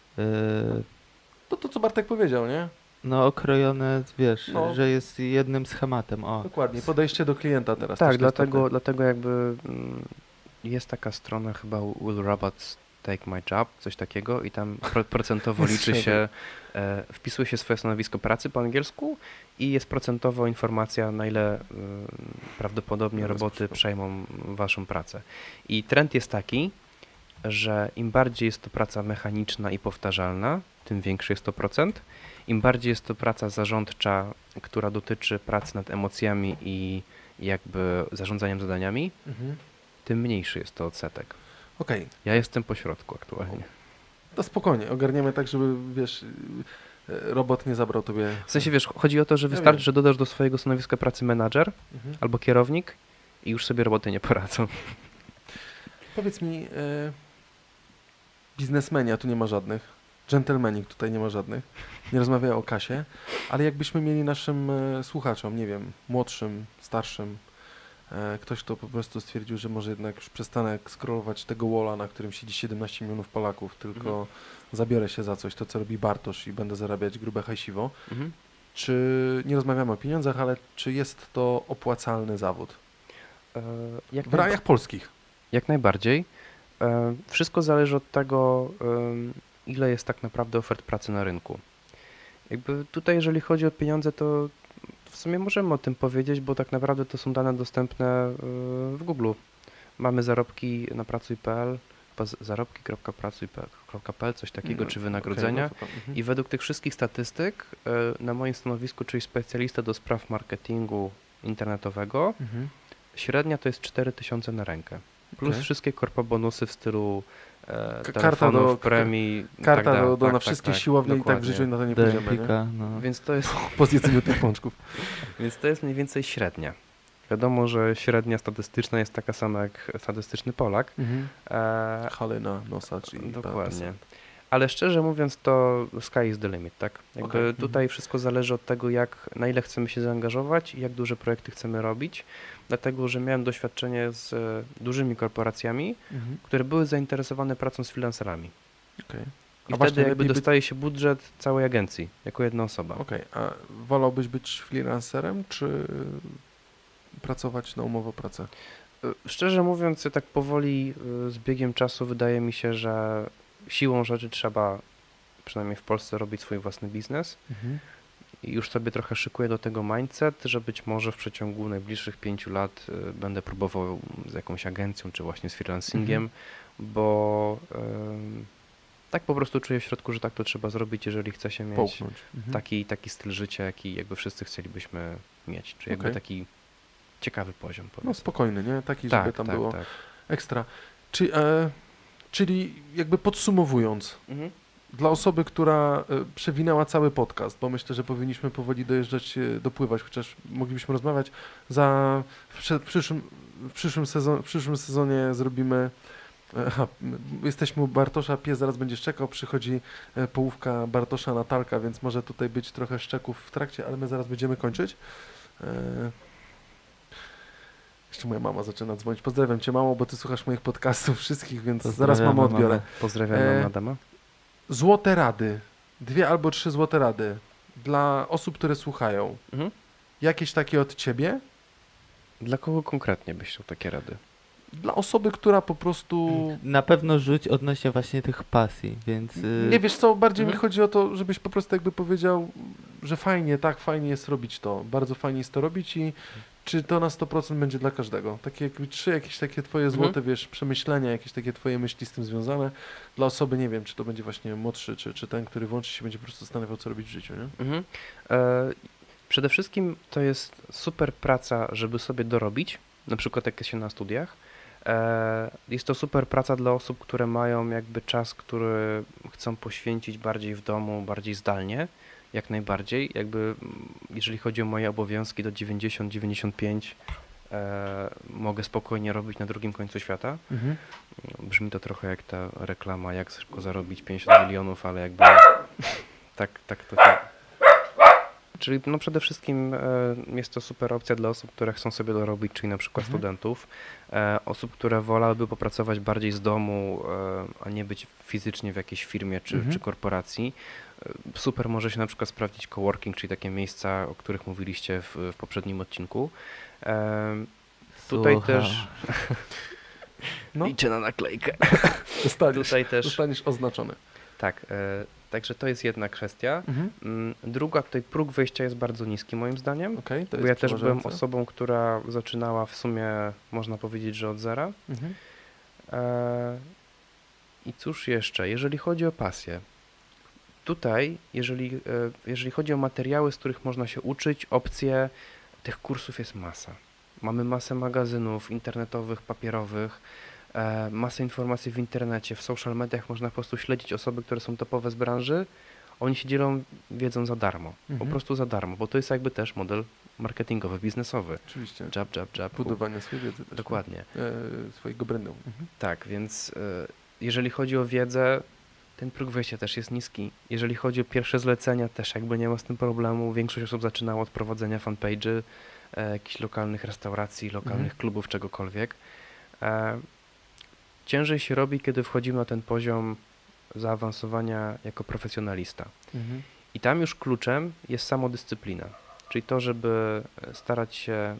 To co Bartek powiedział, nie? No okrojone, wiesz, że jest jednym schematem. Dokładnie, podejście do klienta teraz. Tak, dlatego jakby... Jest taka strona chyba Will Robots Take My Job, coś takiego i tam procentowo liczy się, wpisuje się swoje stanowisko pracy po angielsku i jest procentowo informacja, na ile prawdopodobnie roboty przejmą waszą pracę. I trend jest taki, że im bardziej jest to praca mechaniczna i powtarzalna, tym większy jest to procent. Im bardziej jest to praca zarządcza, która dotyczy pracy nad emocjami i jakby zarządzaniem zadaniami, tym mniejszy jest to odsetek. Okej. Ja jestem po środku aktualnie. To spokojnie, ogarniemy tak, żeby, wiesz, robot nie zabrał tobie... W sensie, wiesz, chodzi o to, że wystarczy, że dodasz do swojego stanowiska pracy menadżer albo kierownik i już sobie roboty nie poradzą. Powiedz mi, biznesmeni, a tu nie ma żadnych, dżentelmenik tutaj nie ma żadnych, nie rozmawiają o kasie, ale jakbyśmy mieli naszym słuchaczom, nie wiem, młodszym, starszym, ktoś, kto po prostu stwierdził, że może jednak już przestanę scrollować tego walla, na którym siedzi 17 milionów Polaków, tylko zabiorę się za coś, to co robi Bartosz i będę zarabiać grube hajsiwo. Czy, nie rozmawiamy o pieniądzach, ale czy jest to opłacalny zawód? W realiach polskich. Jak najbardziej. Wszystko zależy od tego, ile jest tak naprawdę ofert pracy na rynku. Jakby tutaj, jeżeli chodzi o pieniądze, to w sumie możemy o tym powiedzieć, bo tak naprawdę to są dane dostępne w Google. Mamy zarobki na pracuj.pl, zarobki.pracuj.pl, coś takiego, czy wynagrodzenia. Okay, I według tych wszystkich statystyk na moim stanowisku, czyli specjalista do spraw marketingu internetowego, średnia to jest 4000 na rękę. Plus wszystkie bonusy w stylu telefonów, premii. Karta na wszystkie siłownie dokładnie. I tak w życiu na to nie pójdziemy. No. Więc to jest po zjedzeniu tych pączków. Więc to jest mniej więcej średnia. Wiadomo, że średnia statystyczna jest taka sama jak statystyczny Polak. Halina, Nosacz i dokładnie. Ale szczerze mówiąc, to sky is the limit, tak? Jakby tutaj wszystko zależy od tego, na ile chcemy się zaangażować i jak duże projekty chcemy robić. Dlatego, że miałem doświadczenie z dużymi korporacjami, które były zainteresowane pracą z freelancerami. I wtedy jakby dostaje się budżet całej agencji, jako jedna osoba. A wolałbyś być freelancerem, czy pracować na umowę o pracę? Szczerze mówiąc, tak powoli z biegiem czasu wydaje mi się, że siłą rzeczy trzeba, przynajmniej w Polsce, robić swój własny biznes. I już sobie trochę szykuję do tego mindset, że być może w przeciągu najbliższych 5 lat będę próbował z jakąś agencją, czy właśnie z freelancingiem, bo tak po prostu czuję w środku, że tak to trzeba zrobić, jeżeli chce się mieć taki styl życia, jaki jakby wszyscy chcielibyśmy mieć. Czyli jakby taki ciekawy poziom. Powiedzmy. No spokojny, nie? Taki, żeby tam było ekstra. Czyli jakby podsumowując, dla osoby, która przewinęła cały podcast, bo myślę, że powinniśmy powoli dojeżdżać, dopływać, chociaż moglibyśmy rozmawiać, w przyszłym sezonie zrobimy, jesteśmy u Bartosza, pies zaraz będzie szczekał, przychodzi połówka Bartosza Natalka, więc może tutaj być trochę szczeków w trakcie, ale my zaraz będziemy kończyć. Jeszcze moja mama zaczyna dzwonić. Pozdrawiam cię, mamo, bo ty słuchasz moich podcastów wszystkich, więc zaraz mamę odbiorę. Pozdrawiam Adama. Złote rady. 2 albo 3 złote rady dla osób, które słuchają. Jakieś takie od ciebie? Dla kogo konkretnie byś chciał takie rady? Dla osoby, która po prostu... Na pewno rzuć odnośnie właśnie tych pasji, więc... Nie, wiesz co, bardziej mi chodzi o to, żebyś po prostu jakby powiedział, że fajnie jest robić to. Bardzo fajnie jest to robić i czy to na 100% będzie dla każdego. Takie jakby 3 jakieś takie twoje złote, wiesz, przemyślenia, jakieś takie twoje myśli z tym związane. Dla osoby, nie wiem, czy to będzie właśnie młodszy, czy ten, który włączy się, będzie po prostu zastanawiał, co robić w życiu, nie? Przede wszystkim to jest super praca, żeby sobie dorobić, na przykład jak jest się na studiach. Jest to super praca dla osób, które mają jakby czas, który chcą poświęcić bardziej w domu, bardziej zdalnie, jak najbardziej. Jakby jeżeli chodzi o moje obowiązki do 90-95 mogę spokojnie robić na drugim końcu świata. Brzmi to trochę jak ta reklama, jak szybko zarobić 50 milionów, ale jakby tak to się... Czyli no przede wszystkim jest to super opcja dla osób, które chcą sobie dorobić, czyli na przykład studentów, osób, które wolałyby popracować bardziej z domu, a nie być fizycznie w jakiejś firmie czy korporacji. Super może się na przykład sprawdzić coworking, czyli takie miejsca, o których mówiliście w poprzednim odcinku. Tutaj też... Liczę na naklejkę. Zostaniesz oznaczony. Tak, także to jest jedna kwestia. Druga, tutaj próg wejścia jest bardzo niski moim zdaniem, bo ja też byłem osobą, która zaczynała w sumie, można powiedzieć, że od zera. I cóż jeszcze, jeżeli chodzi o pasję, tutaj, jeżeli chodzi o materiały, z których można się uczyć, opcje, tych kursów jest masa. Mamy masę magazynów internetowych, papierowych, masę informacji w internecie, w social mediach można po prostu śledzić osoby, które są topowe z branży. Oni się dzielą wiedzą za darmo, po prostu za darmo, bo to jest jakby też model marketingowy, biznesowy. Oczywiście. Jab. Budowanie swojej wiedzy też. Dokładnie. Swojego brandu. Tak, więc jeżeli chodzi o wiedzę, ten próg wejścia też jest niski. Jeżeli chodzi o pierwsze zlecenia, też jakby nie ma z tym problemu. Większość osób zaczynało od prowadzenia fanpage'y, jakichś lokalnych restauracji, lokalnych klubów, czegokolwiek. Ciężej się robi, kiedy wchodzimy na ten poziom zaawansowania jako profesjonalista. I tam już kluczem jest samodyscyplina, czyli to, żeby starać się,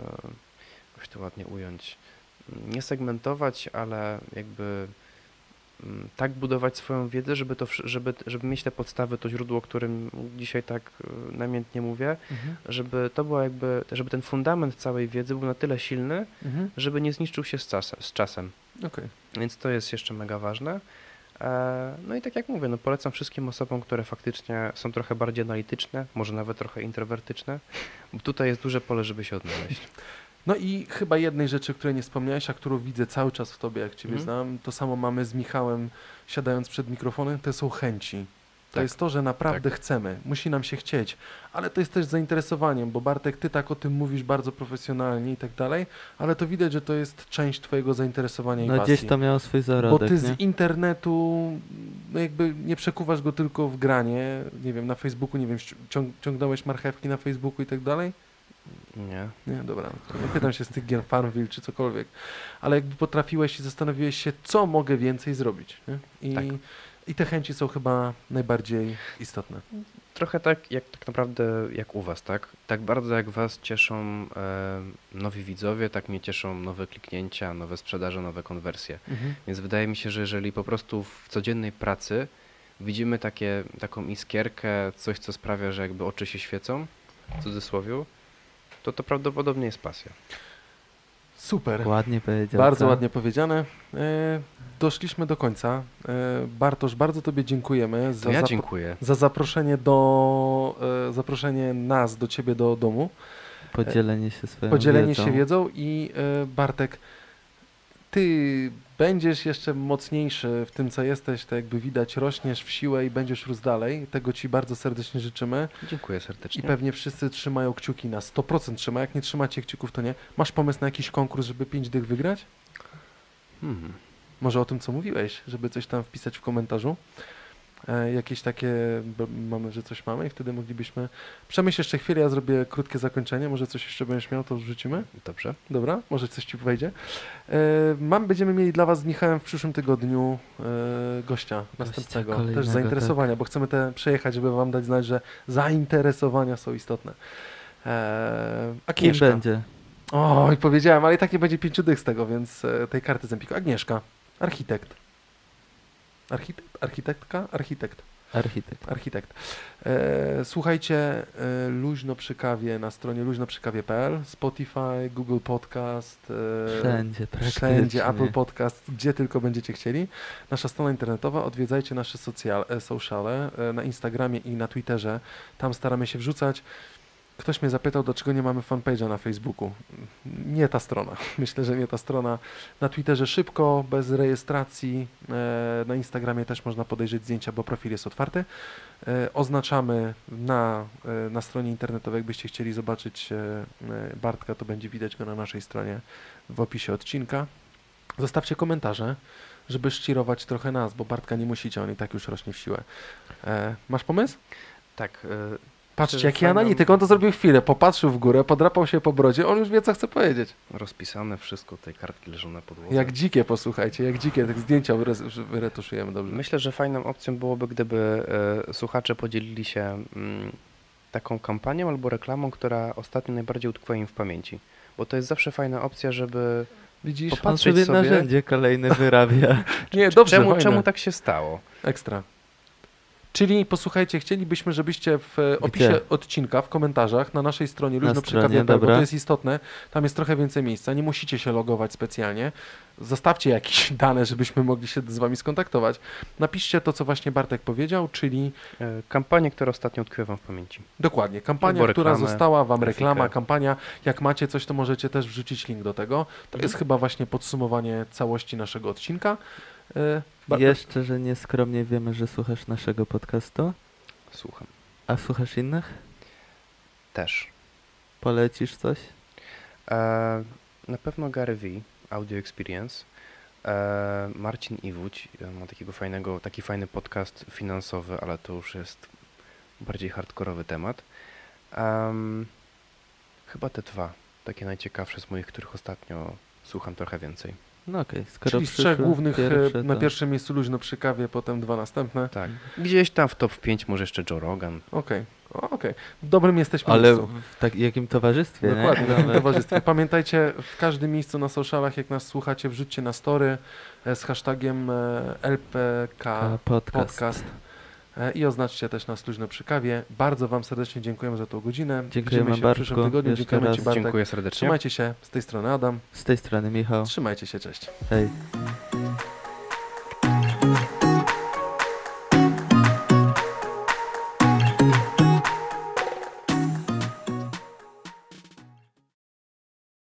jakoś to ładnie ująć, nie segmentować, ale jakby tak budować swoją wiedzę, żeby mieć te podstawy, to źródło, o którym dzisiaj tak namiętnie mówię, żeby to było żeby ten fundament całej wiedzy był na tyle silny, żeby nie zniszczył się z czasem. Okay. Więc to jest jeszcze mega ważne. No i tak jak mówię, polecam wszystkim osobom, które faktycznie są trochę bardziej analityczne, może nawet trochę introwertyczne, bo tutaj jest duże pole, żeby się odnaleźć. No i chyba jednej rzeczy, o której nie wspomniałeś, a którą widzę cały czas w tobie, jak ciebie znam, to samo mamy z Michałem, siadając przed mikrofonem, to są chęci. To jest to, że naprawdę chcemy, musi nam się chcieć, ale to jest też zainteresowaniem, bo Bartek, ty tak o tym mówisz bardzo profesjonalnie i tak dalej, ale to widać, że to jest część twojego zainteresowania i pasji. Gdzieś to miało swój zarodek, bo ty z internetu, jakby nie przekuwasz go tylko w granie, nie wiem, na Facebooku, nie wiem, ciągnąłeś marchewki na Facebooku i tak dalej? Nie. Nie, dobra. Nie pytam się z tych gier Farmville czy cokolwiek, ale jakby potrafiłeś i zastanowiłeś się, co mogę więcej zrobić. Nie? I te chęci są chyba najbardziej istotne. Trochę tak naprawdę jak u was, tak? Tak bardzo jak was cieszą nowi widzowie, tak mnie cieszą nowe kliknięcia, nowe sprzedaże, nowe konwersje. Więc wydaje mi się, że jeżeli po prostu w codziennej pracy widzimy taką iskierkę, coś co sprawia, że jakby oczy się świecą, w cudzysłowie, to prawdopodobnie jest pasja. Super. Ładnie powiedziane. Bardzo ładnie powiedziane. Doszliśmy do końca. Bartosz, bardzo tobie dziękujemy dziękuję. za zaproszenie nas do ciebie do domu. Podzielenie się swoją wiedzą i Bartek, ty będziesz jeszcze mocniejszy w tym, co jesteś, to jakby widać, rośniesz w siłę i będziesz rósł dalej. Tego ci bardzo serdecznie życzymy. Dziękuję serdecznie. I pewnie wszyscy trzymają kciuki na 100% trzymają. Jak nie trzymacie kciuków, to nie. Masz pomysł na jakiś konkurs, żeby 5 dych wygrać? Może o tym, co mówiłeś, żeby coś tam wpisać w komentarzu. Jakieś takie, mamy, że coś mamy i wtedy moglibyśmy... Przemyśl jeszcze chwilę, ja zrobię krótkie zakończenie, może coś jeszcze będziesz miał, to wrzucimy. Dobrze. Dobra, może coś ci wejdzie. Będziemy mieli dla was z Michałem w przyszłym tygodniu gościa następnego, też zainteresowania, bo chcemy przejechać, żeby wam dać znać, że zainteresowania są istotne. Kim będzie? Oj, powiedziałem, ale i tak nie będzie 5 dych z tego, więc tej karty z Empiku. Agnieszka, architekt. Architekt. Słuchajcie, Luźno przy kawie na stronie luźnoprzykawie.pl, Spotify, Google Podcast, wszędzie Apple Podcast, gdzie tylko będziecie chcieli. Nasza strona internetowa, odwiedzajcie nasze sociale na Instagramie i na Twitterze, tam staramy się wrzucać. Ktoś mnie zapytał, dlaczego nie mamy fanpage'a na Facebooku. Nie ta strona. Myślę, że nie ta strona. Na Twitterze szybko, bez rejestracji. Na Instagramie też można podejrzeć zdjęcia, bo profil jest otwarty. Oznaczamy na stronie internetowej, jakbyście chcieli zobaczyć Bartka, to będzie widać go na naszej stronie w opisie odcinka. Zostawcie komentarze, żeby szcirować trochę nas, bo Bartka nie musicie, on i tak już rośnie w siłę. Masz pomysł? Tak. Patrzcie, jaki analityk, on to zrobił chwilę, popatrzył w górę, podrapał się po brodzie, on już wie, co chce powiedzieć. Rozpisane wszystko, te kartki leżą na podłodze. Jak dzikie, posłuchajcie, jak dzikie, tak zdjęcia wyretuszujemy dobrze. Myślę, że fajną opcją byłoby, gdyby słuchacze podzielili się taką kampanią albo reklamą, która ostatnio najbardziej utkwiła im w pamięci. Bo to jest zawsze fajna opcja, żeby popatrzeć sobie narzędzie kolejne wyrabia. Nie, dobrze, czemu tak się stało? Ekstra. Czyli posłuchajcie, chcielibyśmy, żebyście w opisie odcinka, w komentarzach na naszej stronie luźnoprzykawie.pl, bo to jest istotne, tam jest trochę więcej miejsca, nie musicie się logować specjalnie. Zostawcie jakieś dane, żebyśmy mogli się z wami skontaktować. Napiszcie to, co właśnie Bartek powiedział, czyli... Kampanię, która ostatnio utkwiła wam w pamięci. Dokładnie, kampania, która została wam, reklama, kampania. Jak macie coś, to możecie też wrzucić link do tego. To jest chyba właśnie podsumowanie całości naszego odcinka. Jeszcze, że nieskromnie wiemy, że słuchasz naszego podcastu. Słucham. A słuchasz innych? Też. Polecisz coś? Na pewno Gary V, Audio Experience. Marcin Iwódź ma taki fajny podcast finansowy, ale to już jest bardziej hardkorowy temat. Chyba te dwa, takie najciekawsze z moich, których ostatnio słucham trochę więcej. No okej, czyli z 3 głównych na pierwszym miejscu Luźno przy kawie, potem 2 następne. Tak, gdzieś tam w top 5 może jeszcze Joe Rogan. Okej. Okej. W dobrym jesteśmy Ale miejscu. w jakim towarzystwie, Dokładnie, nie? w takim towarzystwie. Pamiętajcie, w każdym miejscu na socialach, jak nas słuchacie, wrzućcie na story z hashtagiem LPK Podcast. I oznaczcie też nas Luźno przy kawie. Bardzo Wam serdecznie dziękujemy za tą godzinę. Dziękujemy Widzimy się w przyszłym tygodniu. Dziękujemy Ci, Bartek. Dziękuję serdecznie. Trzymajcie się. Z tej strony Adam. Z tej strony Michał. Trzymajcie się. Cześć. Hej.